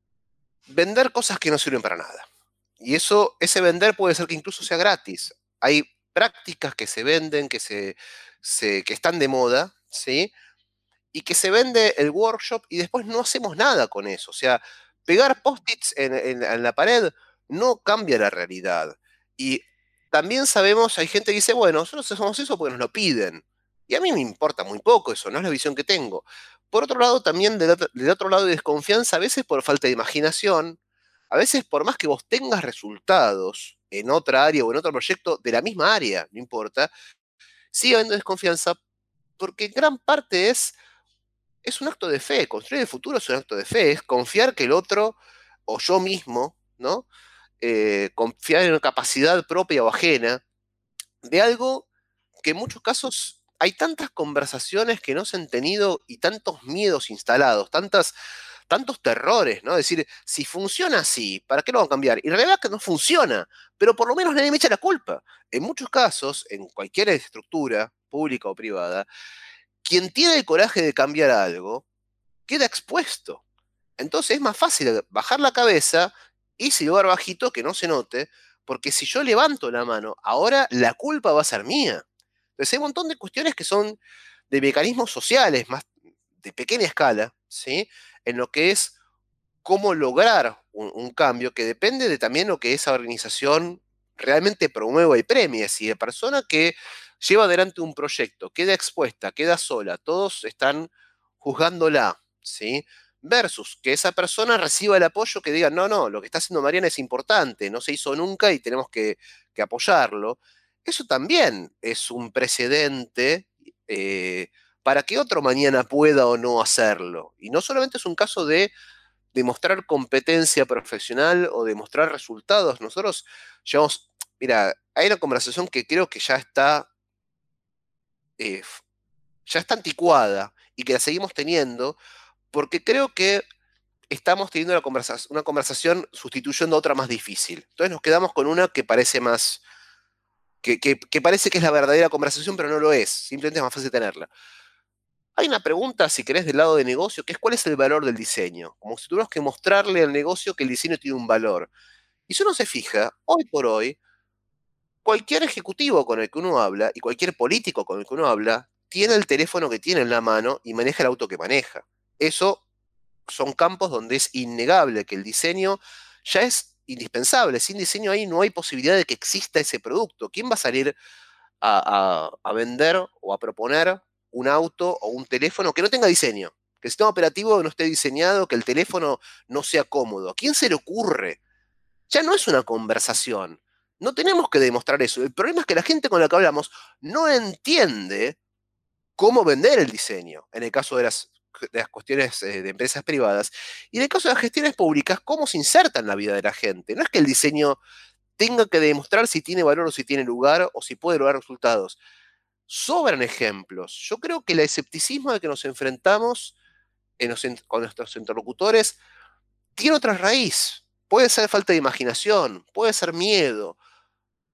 vender cosas que no sirven para nada. Y eso, ese vender puede ser que incluso sea gratis. Hay prácticas que se venden, que, se, se- que están de moda, ¿sí? Y que se vende el workshop y después no hacemos nada con eso. O sea, pegar post-its en, en- en la pared no cambia la realidad. Y también sabemos, hay gente que dice, bueno, nosotros hacemos eso porque nos lo piden. Y a mí me importa muy poco eso, no es la visión que tengo. Por otro lado, también del otro, del otro lado de desconfianza, a veces por falta de imaginación, a veces por más que vos tengas resultados en otra área o en otro proyecto de la misma área, no importa, sigue habiendo desconfianza porque gran parte es es un acto de fe. Construir el futuro es un acto de fe. Es confiar que el otro, o yo mismo, ¿no? Eh, confiar en una capacidad propia o ajena de algo que en muchos casos hay tantas conversaciones que no se han tenido y tantos miedos instalados, tantas, tantos terrores, ¿no? Es decir, si funciona así, ¿para qué lo van a cambiar? Y en realidad que no funciona, pero por lo menos nadie me echa la culpa. En muchos casos, en cualquier estructura, pública o privada, quien tiene el coraje de cambiar algo, queda expuesto. Entonces es más fácil bajar la cabeza y silbar bajito que no se note, porque si yo levanto la mano, ahora la culpa va a ser mía. Entonces hay un montón de cuestiones que son de mecanismos sociales, más de pequeña escala, ¿sí? En lo que es cómo lograr un, un cambio que depende de también lo que esa organización realmente promueva y premie. Si la persona que lleva adelante un proyecto queda expuesta, queda sola, todos están juzgándola, ¿sí? Versus que esa persona reciba el apoyo que diga, no, no, lo que está haciendo Mariana es importante, no se hizo nunca y tenemos que, que apoyarlo. Eso también es un precedente eh, para que otro mañana pueda o no hacerlo. Y no solamente es un caso de demostrar competencia profesional o demostrar resultados. Nosotros llevamos, mira, hay una conversación que creo que ya está, eh, ya está anticuada y que la seguimos teniendo porque creo que estamos teniendo una conversación, una conversación sustituyendo a otra más difícil. Entonces nos quedamos con una que parece más, que, que, que parece que es la verdadera conversación, pero no lo es. Simplemente es más fácil tenerla. Hay una pregunta, si querés, del lado de negocio, que es ¿cuál es el valor del diseño? Como si tuviéramos que mostrarle al negocio que el diseño tiene un valor. Y si uno se fija, hoy por hoy, cualquier ejecutivo con el que uno habla y cualquier político con el que uno habla, tiene el teléfono que tiene en la mano y maneja el auto que maneja. Eso son campos donde es innegable que el diseño ya es indispensable. Sin diseño ahí no hay posibilidad de que exista ese producto. ¿Quién va a salir a, a- a vender o a proponer un auto o un teléfono que no tenga diseño? Que el sistema operativo no esté diseñado, que el teléfono no sea cómodo. ¿A quién se le ocurre? Ya no es una conversación. No tenemos que demostrar eso. El problema es que la gente con la que hablamos no entiende cómo vender el diseño, en el caso de las, de las cuestiones eh, de empresas privadas, y en el caso de las gestiones públicas, cómo se inserta en la vida de la gente. No es que el diseño tenga que demostrar si tiene valor o si tiene lugar o si puede lograr resultados. Sobran ejemplos. Yo creo que el escepticismo al que nos enfrentamos en los, con nuestros interlocutores tiene otra raíz. Puede ser falta de imaginación, puede ser miedo,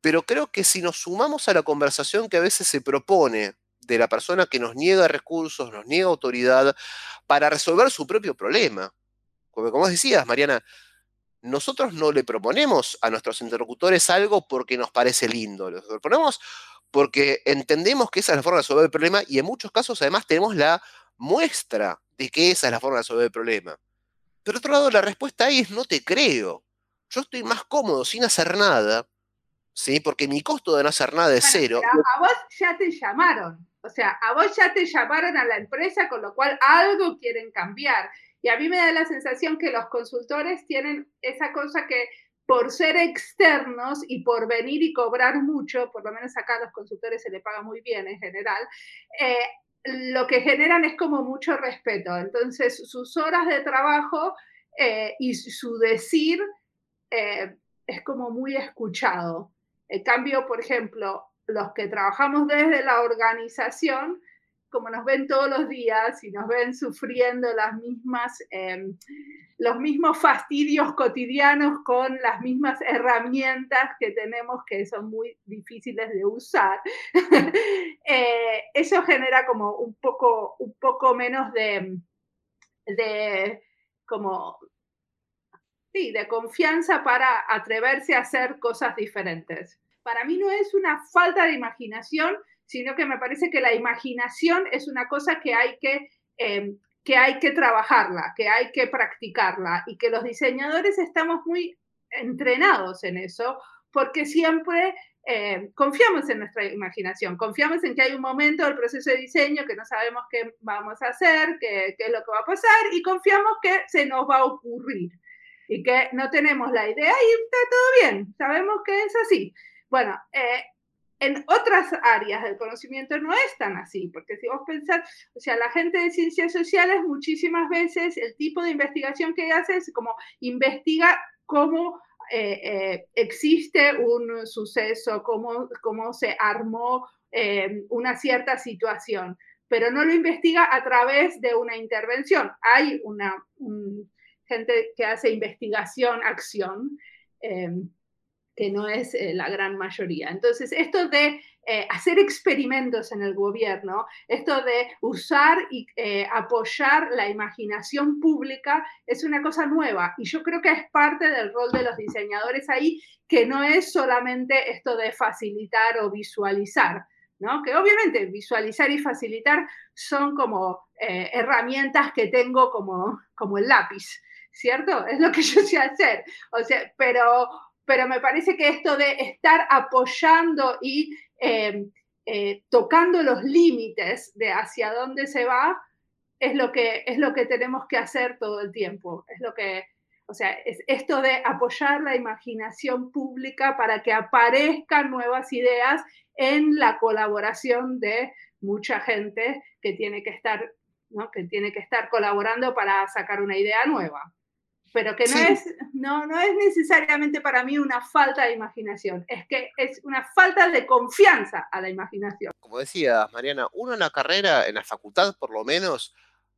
Pero creo que si nos sumamos a la conversación que a veces se propone de la persona que nos niega recursos, nos niega autoridad, para resolver su propio problema. Como, como vos decías, Mariana, nosotros no le proponemos a nuestros interlocutores algo porque nos parece lindo, lo proponemos porque entendemos que esa es la forma de resolver el problema y en muchos casos además tenemos la muestra de que esa es la forma de resolver el problema. Pero otro lado, la respuesta ahí es no te creo. Yo estoy más cómodo sin hacer nada, ¿sí? Porque mi costo de no hacer nada es Bueno, cero. pero a vos ya te llamaron, o sea, a vos ya te llamaron a la empresa, con lo cual algo quieren cambiar. Y a mí me da la sensación que los consultores tienen esa cosa que por ser externos y por venir y cobrar mucho, por lo menos acá a los consultores se le paga muy bien en general, eh, lo que generan es como mucho respeto. Entonces, sus horas de trabajo eh, y su decir eh, es como muy escuchado. En cambio, por ejemplo, los que trabajamos desde la organización, como nos ven todos los días y nos ven sufriendo las mismas, eh, los mismos fastidios cotidianos con las mismas herramientas que tenemos que son muy difíciles de usar, eh, eso genera como un poco, un poco menos de, de como sí, de confianza para atreverse a hacer cosas diferentes. Para mí no es una falta de imaginación, sino que me parece que la imaginación es una cosa que hay que, eh, que hay que trabajarla, que hay que practicarla y que los diseñadores estamos muy entrenados en eso porque siempre eh, confiamos en nuestra imaginación, confiamos en que hay un momento del proceso de diseño que no sabemos qué vamos a hacer, qué, qué es lo que va a pasar y confiamos que se nos va a ocurrir y que no tenemos la idea y está todo bien, sabemos que es así. Bueno, eh, en otras áreas del conocimiento no es tan así, porque si vos pensás, o sea, la gente de ciencias sociales muchísimas veces el tipo de investigación que hace es como investiga cómo eh, eh, existe un suceso, cómo, cómo se armó eh, una cierta situación, pero no lo investiga a través de una intervención. Hay una... Un, gente que hace investigación, acción, eh, que no es eh, la gran mayoría. Entonces, esto de eh, hacer experimentos en el gobierno, esto de usar y eh, apoyar la imaginación pública es una cosa nueva y yo creo que es parte del rol de los diseñadores ahí, que no es solamente esto de facilitar o visualizar, ¿no? Que obviamente visualizar y facilitar son como eh, herramientas que tengo como, como el lápiz, ¿cierto? Es lo que yo sé hacer. O sea, pero, pero me parece que esto de estar apoyando y eh, eh, tocando los límites de hacia dónde se va es lo que, es lo que tenemos que hacer todo el tiempo. Es lo que, o sea, es esto de apoyar la imaginación pública para que aparezcan nuevas ideas en la colaboración de mucha gente que tiene que estar, ¿no? que tiene que estar colaborando para sacar una idea nueva. Pero que no, sí. es, no, no es necesariamente para mí una falta de imaginación, es que es una falta de confianza a la imaginación. Como decías, Mariana, uno en la carrera, en la facultad por lo menos,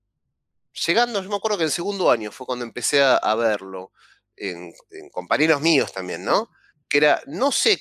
llegando, yo me acuerdo que en segundo año fue cuando empecé a, a verlo, en, en compañeros míos también, ¿no? Que era, no sé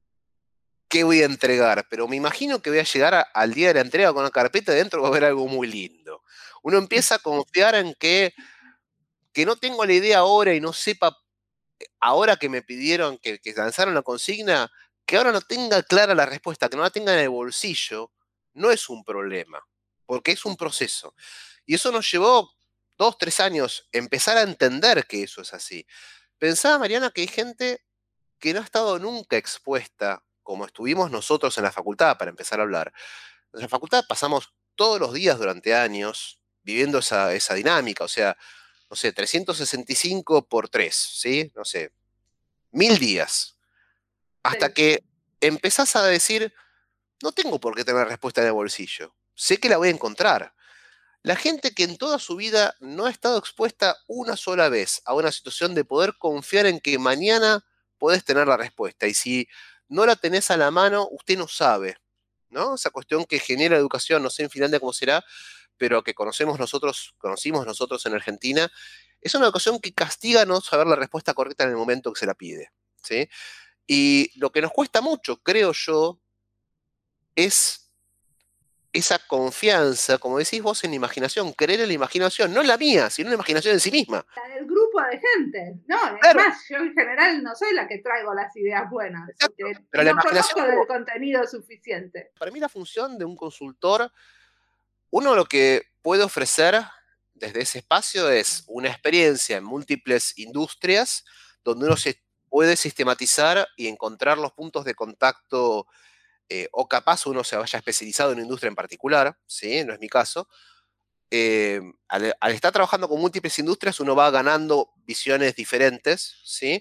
qué voy a entregar, pero me imagino que voy a llegar a, al día de la entrega con una carpeta y dentro va a haber algo muy lindo. Uno empieza a confiar en que, que no tengo la idea ahora y no sepa, ahora que me pidieron, que, que lanzaron la consigna, que ahora no tenga clara la respuesta, que no la tenga en el bolsillo, no es un problema, porque es un proceso. Y eso nos llevó dos, tres años empezar a entender que eso es así. Pensaba, Mariana, que hay gente que no ha estado nunca expuesta, como estuvimos nosotros en la facultad, para empezar a hablar. En la facultad pasamos todos los días durante años viviendo esa, esa dinámica, o sea, no sé, trescientos sesenta y cinco por tres, ¿sí? No sé, mil días. Hasta Sí. que empezás a decir, no tengo por qué tener respuesta en el bolsillo, sé que la voy a encontrar. La gente que en toda su vida no ha estado expuesta una sola vez a una situación de poder confiar en que mañana podés tener la respuesta. Y si no la tenés a la mano, usted no sabe, ¿no? Esa cuestión que genera educación, no sé en Finlandia cómo será, pero que conocemos nosotros, conocimos nosotros en Argentina, es una educación que castiga no saber la respuesta correcta en el momento que se la pide, ¿sí? Y lo que nos cuesta mucho, creo yo, es esa confianza, como decís vos, en la imaginación, creer en la imaginación, no la mía, sino en la imaginación en sí misma. La del grupo de gente, ¿no? Es Claro. más, yo en general no soy la que traigo las ideas buenas, Exacto, porque pero la no imaginación, conozco del contenido suficiente. para mí la función de un consultor, uno lo que puede ofrecer desde ese espacio es una experiencia en múltiples industrias donde uno se puede sistematizar y encontrar los puntos de contacto, eh, o capaz uno se vaya especializado en una industria en particular, ¿sí? No es mi caso. Eh, al, al estar trabajando con múltiples industrias uno va ganando visiones diferentes, ¿sí?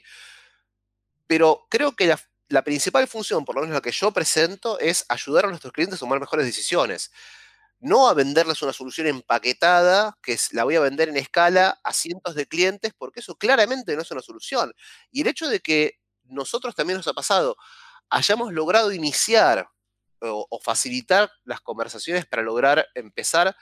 Pero creo que la, la principal función, por lo menos la que yo presento, es ayudar a nuestros clientes a tomar mejores decisiones. No a venderles una solución empaquetada, que es, la voy a vender en escala a cientos de clientes, porque eso claramente no es una solución. Y el hecho de que nosotros también nos ha pasado, hayamos logrado iniciar o, o facilitar las conversaciones para lograr empezar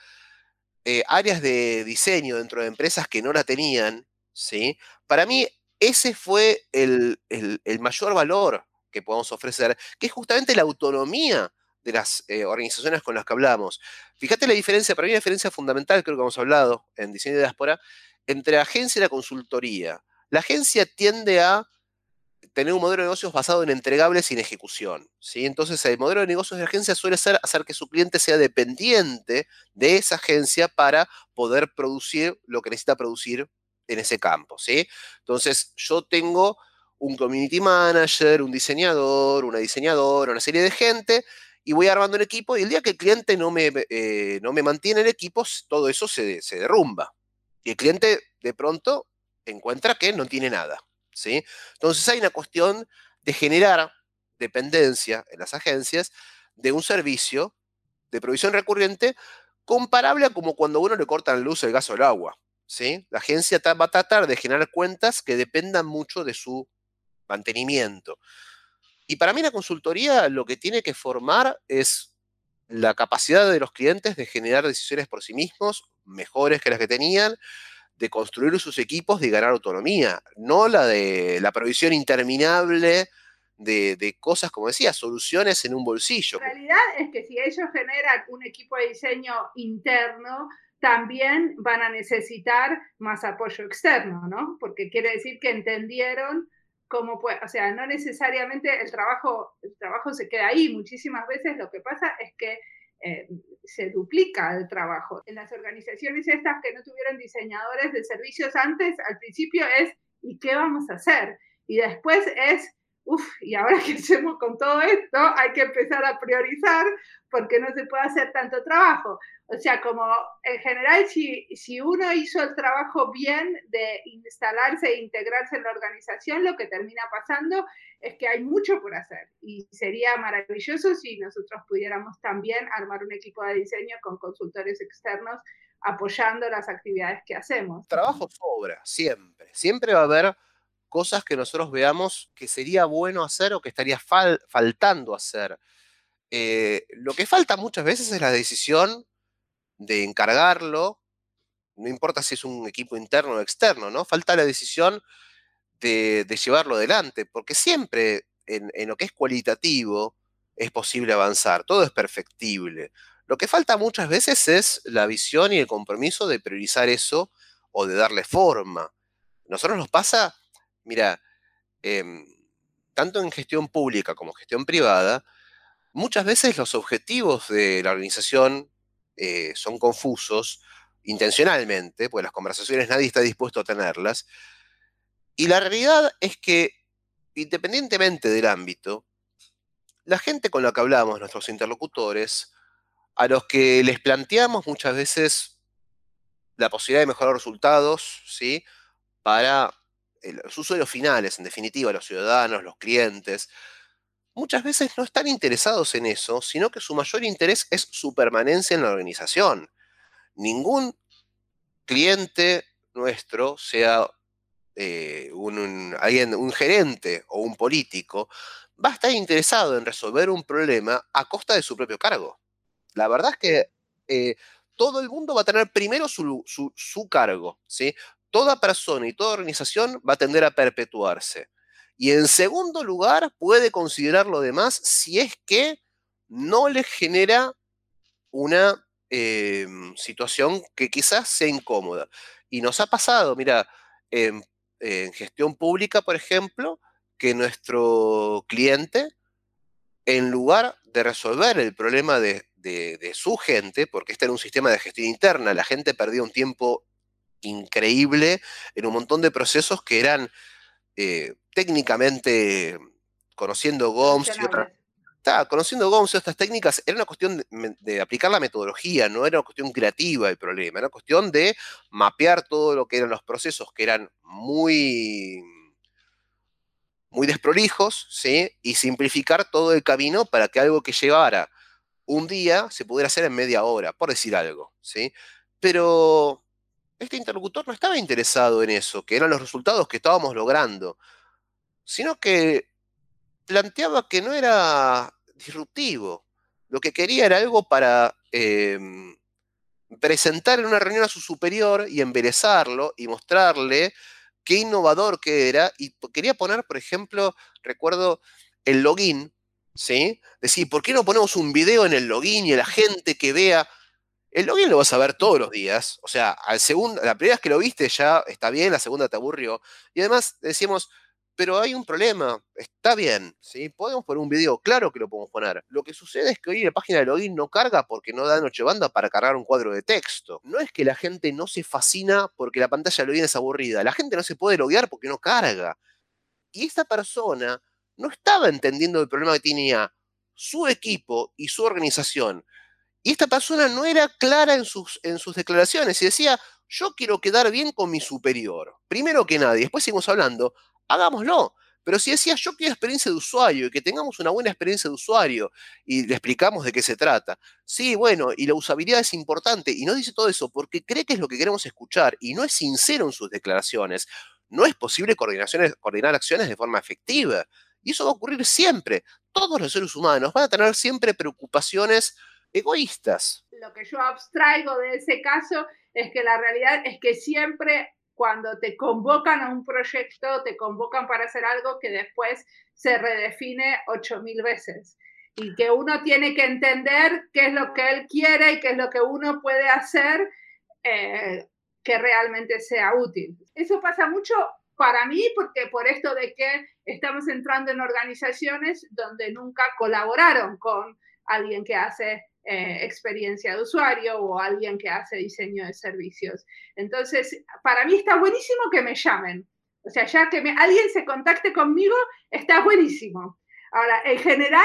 eh, áreas de diseño dentro de empresas que no la tenían, ¿sí? Para mí ese fue el, el- el mayor valor que podemos ofrecer, que es justamente la autonomía de las eh, organizaciones con las que hablamos. Fíjate la diferencia, para mí la diferencia fundamental, creo que hemos hablado en Diseño de Diáspora, entre agencia y la consultoría. La agencia tiende a tener un modelo de negocios basado en entregables y en ejecución, ¿sí? Entonces, el modelo de negocios de agencia suele ser hacer que su cliente sea dependiente de esa agencia para poder producir lo que necesita producir en ese campo, ¿sí? Entonces, yo tengo un community manager, un diseñador, una diseñadora, una serie de gente, y voy armando un equipo, y el día que el cliente no me, eh, no me mantiene el equipo, todo eso se, se derrumba. Y el cliente, de pronto, encuentra que no tiene nada, ¿sí? Entonces hay una cuestión de generar dependencia en las agencias de un servicio de provisión recurrente comparable a como cuando a uno le cortan la luz, el gas o el agua, ¿sí? La agencia va a tratar de generar cuentas que dependan mucho de su mantenimiento. Y para mí la consultoría lo que tiene que formar es la capacidad de los clientes de generar decisiones por sí mismos, mejores que las que tenían, de construir sus equipos, de ganar autonomía, no la de la provisión interminable de, de cosas, como decía, soluciones en un bolsillo. La realidad es que si ellos generan un equipo de diseño interno, también van a necesitar más apoyo externo, ¿no? Porque quiere decir que entendieron cómo puede, o sea, no necesariamente el trabajo, el trabajo se queda ahí. Muchísimas veces lo que pasa es que eh, se duplica el trabajo. En las organizaciones estas que no tuvieron diseñadores de servicios antes, al principio es, ¿y qué vamos a hacer? Y después es, uf, y ahora que hacemos con todo esto, hay que empezar a priorizar porque no se puede hacer tanto trabajo. O sea, como en general, si, si uno hizo el trabajo bien de instalarse e integrarse en la organización, lo que termina pasando es que hay mucho por hacer. Y sería maravilloso si nosotros pudiéramos también armar un equipo de diseño con consultores externos apoyando las actividades que hacemos. Trabajo sobra, siempre. Siempre va a haber cosas que nosotros veamos que sería bueno hacer o que estaría fal faltando hacer. Eh, lo que falta muchas veces es la decisión de encargarlo, no importa si es un equipo interno o externo, ¿no? Falta la decisión de, de llevarlo adelante, porque siempre en, en lo que es cualitativo es posible avanzar, todo es perfectible. Lo que falta muchas veces es la visión y el compromiso de priorizar eso o de darle forma. A nosotros nos pasa, mira, em, tanto en gestión pública como gestión privada, muchas veces los objetivos de la organización eh, son confusos intencionalmente, pues las conversaciones nadie está dispuesto a tenerlas, y la realidad es que, independientemente del ámbito, la gente con la que hablamos, nuestros interlocutores, a los que les planteamos muchas veces la posibilidad de mejorar resultados, ¿sí? Para el- los usuarios finales, en definitiva, los ciudadanos, los clientes, muchas veces no están interesados en eso, sino que su mayor interés es su permanencia en la organización. Ningún cliente nuestro, sea eh, un, un- alguien, un gerente o un político, va a estar interesado en resolver un problema a costa de su propio cargo. La verdad es que eh, todo el mundo va a tener primero su, su- su cargo, ¿sí? Toda persona y toda organización va a tender a perpetuarse. Y en segundo lugar, puede considerar lo demás si es que no le genera una eh, situación que quizás sea incómoda. Y nos ha pasado, mira, en, en gestión pública, por ejemplo, que nuestro cliente, en lugar de resolver el problema de, de, de su gente, porque este era un sistema de gestión interna, la gente perdía un tiempo increíble en un montón de procesos que eran eh, técnicamente, conociendo G O M S y otras, Solucionables. está, conociendo G O M S y otras técnicas, era una cuestión de, de aplicar la metodología, no era una cuestión creativa el problema, era una cuestión de mapear todo lo que eran los procesos, que eran muy, muy desprolijos, ¿sí? Y simplificar todo el camino para que algo que llevara un día se pudiera hacer en media hora, por decir algo, ¿sí? Pero este interlocutor no estaba interesado en eso, que eran los resultados que estábamos logrando, sino que planteaba que no era disruptivo. Lo que quería era algo para eh, presentar en una reunión a su superior y embelezarlo y mostrarle qué innovador que era. Y quería poner, por ejemplo, recuerdo el login, ¿sí? Decir, ¿por qué no ponemos un video en el login y la gente que vea? El login lo vas a ver todos los días. O sea, al segundo, la primera vez que lo viste ya está bien, la segunda te aburrió. Y además decíamos, pero hay un problema, está bien, ¿sí? ¿Podemos poner un video? Claro que lo podemos poner. Lo que sucede es que hoy la página de login no carga porque no da noche banda para cargar un cuadro de texto. No es que la gente no se fascina porque la pantalla de login es aburrida. La gente no se puede loguear porque no carga. Y esta persona no estaba entendiendo el problema que tenía su equipo y su organización. Y esta persona no era clara en sus, en sus declaraciones y decía, yo quiero quedar bien con mi superior. Primero que nada, y después seguimos hablando, hagámoslo. Pero si decía, yo quiero experiencia de usuario y que tengamos una buena experiencia de usuario y le explicamos de qué se trata. Sí, bueno, y la usabilidad es importante. Y no dice todo eso porque cree que es lo que queremos escuchar y no es sincero en sus declaraciones. No es posible coordinaciones, coordinar acciones de forma efectiva. Y eso va a ocurrir siempre. Todos los seres humanos van a tener siempre preocupaciones egoístas. Lo que yo abstraigo de ese caso es que la realidad es que siempre cuando te convocan a un proyecto, te convocan para hacer algo que después se redefine ocho mil veces. Y que uno tiene que entender qué es lo que él quiere y qué es lo que uno puede hacer eh, que realmente sea útil. Eso pasa mucho para mí porque por esto de que estamos entrando en organizaciones donde nunca colaboraron con alguien que hace eh, experiencia de usuario o alguien que hace diseño de servicios. Entonces, para mí está buenísimo que me llamen. O sea, ya que me, alguien se contacte conmigo, está buenísimo. Ahora, en general,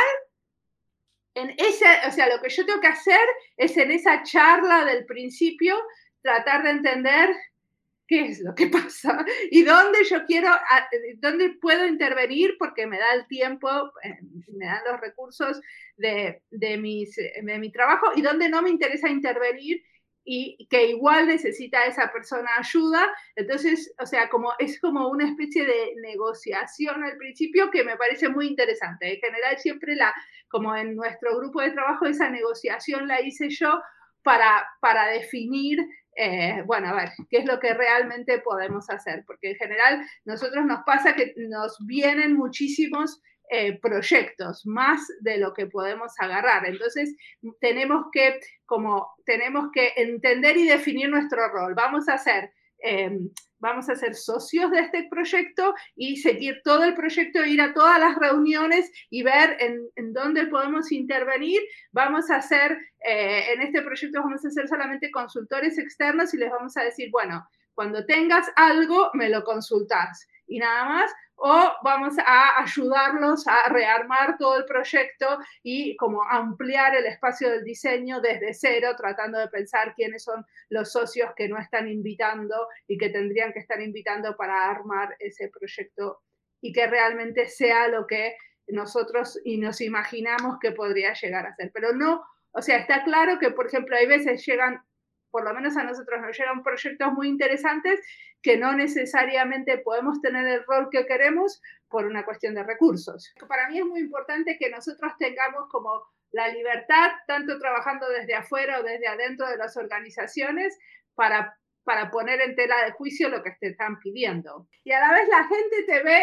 en ese, o sea, lo que yo tengo que hacer es en esa charla del principio tratar de entender qué es lo que pasa y dónde yo quiero, dónde puedo intervenir porque me da el tiempo, me dan los recursos de, de, mis, de mi trabajo y dónde no me interesa intervenir y que igual necesita esa persona ayuda. Entonces, o sea, como, es como una especie de negociación al principio que me parece muy interesante. En general, siempre la, como en nuestro grupo de trabajo, esa negociación la hice yo para, para definir Eh, bueno, a ver, ¿qué es lo que realmente podemos hacer? Porque en general nosotros nos pasa que nos vienen muchísimos eh, proyectos, más de lo que podemos agarrar. Entonces tenemos que, como, tenemos que entender y definir nuestro rol. Vamos a hacer... Eh, vamos a ser socios de este proyecto y seguir todo el proyecto, ir a todas las reuniones y ver en, en dónde podemos intervenir. Vamos a hacer, eh, en este proyecto vamos a ser solamente consultores externos y les vamos a decir, bueno, cuando tengas algo, me lo consultas y nada más, o vamos a ayudarlos a rearmar todo el proyecto y como ampliar el espacio del diseño desde cero, tratando de pensar quiénes son los socios que no están invitando y que tendrían que estar invitando para armar ese proyecto y que realmente sea lo que nosotros y nos imaginamos que podría llegar a ser. Pero no, o sea, está claro que, por ejemplo, hay veces llegan, por lo menos a nosotros nos llegan proyectos muy interesantes que no necesariamente podemos tener el rol que queremos por una cuestión de recursos. Para mí es muy importante que nosotros tengamos como la libertad, tanto trabajando desde afuera o desde adentro de las organizaciones, para, para poner en tela de juicio lo que te están pidiendo. Y a la vez la gente te ve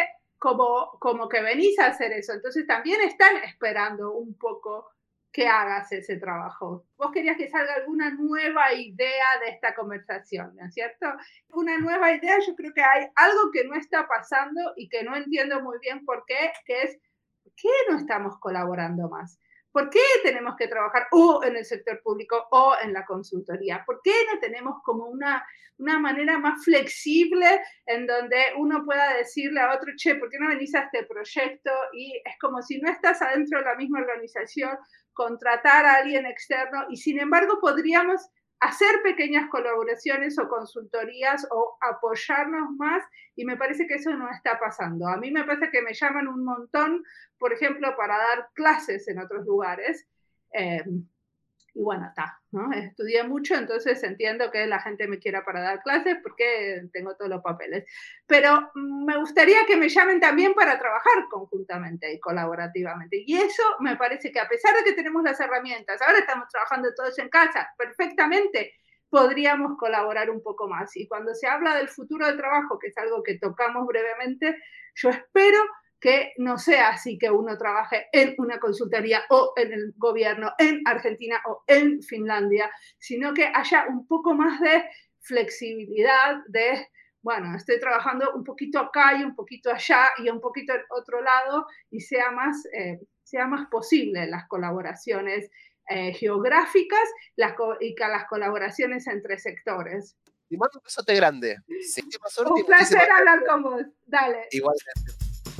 como, como que venís a hacer eso. Entonces también están esperando un poco que hagas ese trabajo. Vos querías que salga alguna nueva idea de esta conversación, ¿no es cierto? Una nueva idea, yo creo que hay algo que no está pasando y que no entiendo muy bien por qué, que es, ¿por qué no estamos colaborando más? ¿Por qué tenemos que trabajar o en el sector público o en la consultoría? ¿Por qué no tenemos como una, una manera más flexible en donde uno pueda decirle a otro, che, ¿por qué no venís a este proyecto? Y es como si no estás adentro de la misma organización, contratar a alguien externo y sin embargo podríamos hacer pequeñas colaboraciones o consultorías o apoyarnos más y me parece que eso no está pasando. A mí me parece que me llaman un montón, por ejemplo, para dar clases en otros lugares. Eh, y bueno, está, ¿no? Estudié mucho, entonces entiendo que la gente me quiera para dar clases porque tengo todos los papeles. Pero me gustaría que me llamen también para trabajar conjuntamente y colaborativamente. Y eso me parece que a pesar de que tenemos las herramientas, ahora estamos trabajando todos en casa, perfectamente, podríamos colaborar un poco más. Y cuando se habla del futuro del trabajo, que es algo que tocamos brevemente, yo espero que no sea así que uno trabaje en una consultoría o en el gobierno en Argentina o en Finlandia, sino que haya un poco más de flexibilidad de, bueno, estoy trabajando un poquito acá y un poquito allá y un poquito en otro lado y sea más, eh, sea más posible las colaboraciones eh, geográficas las co- y que las colaboraciones entre sectores. Te mando un besote grande. Muchísima suerte Un y placer muchísimas hablar gracias. con vos. Dale. Igualmente.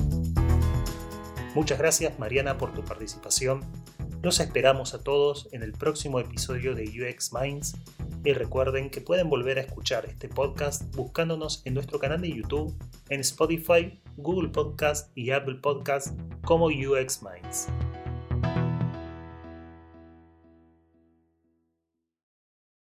Muchas gracias, Mariana, por tu participación. Los esperamos a todos en el próximo episodio de U X Minds y recuerden que pueden volver a escuchar este podcast buscándonos en nuestro canal de YouTube, en Spotify, Google Podcast y Apple Podcast como U X Minds.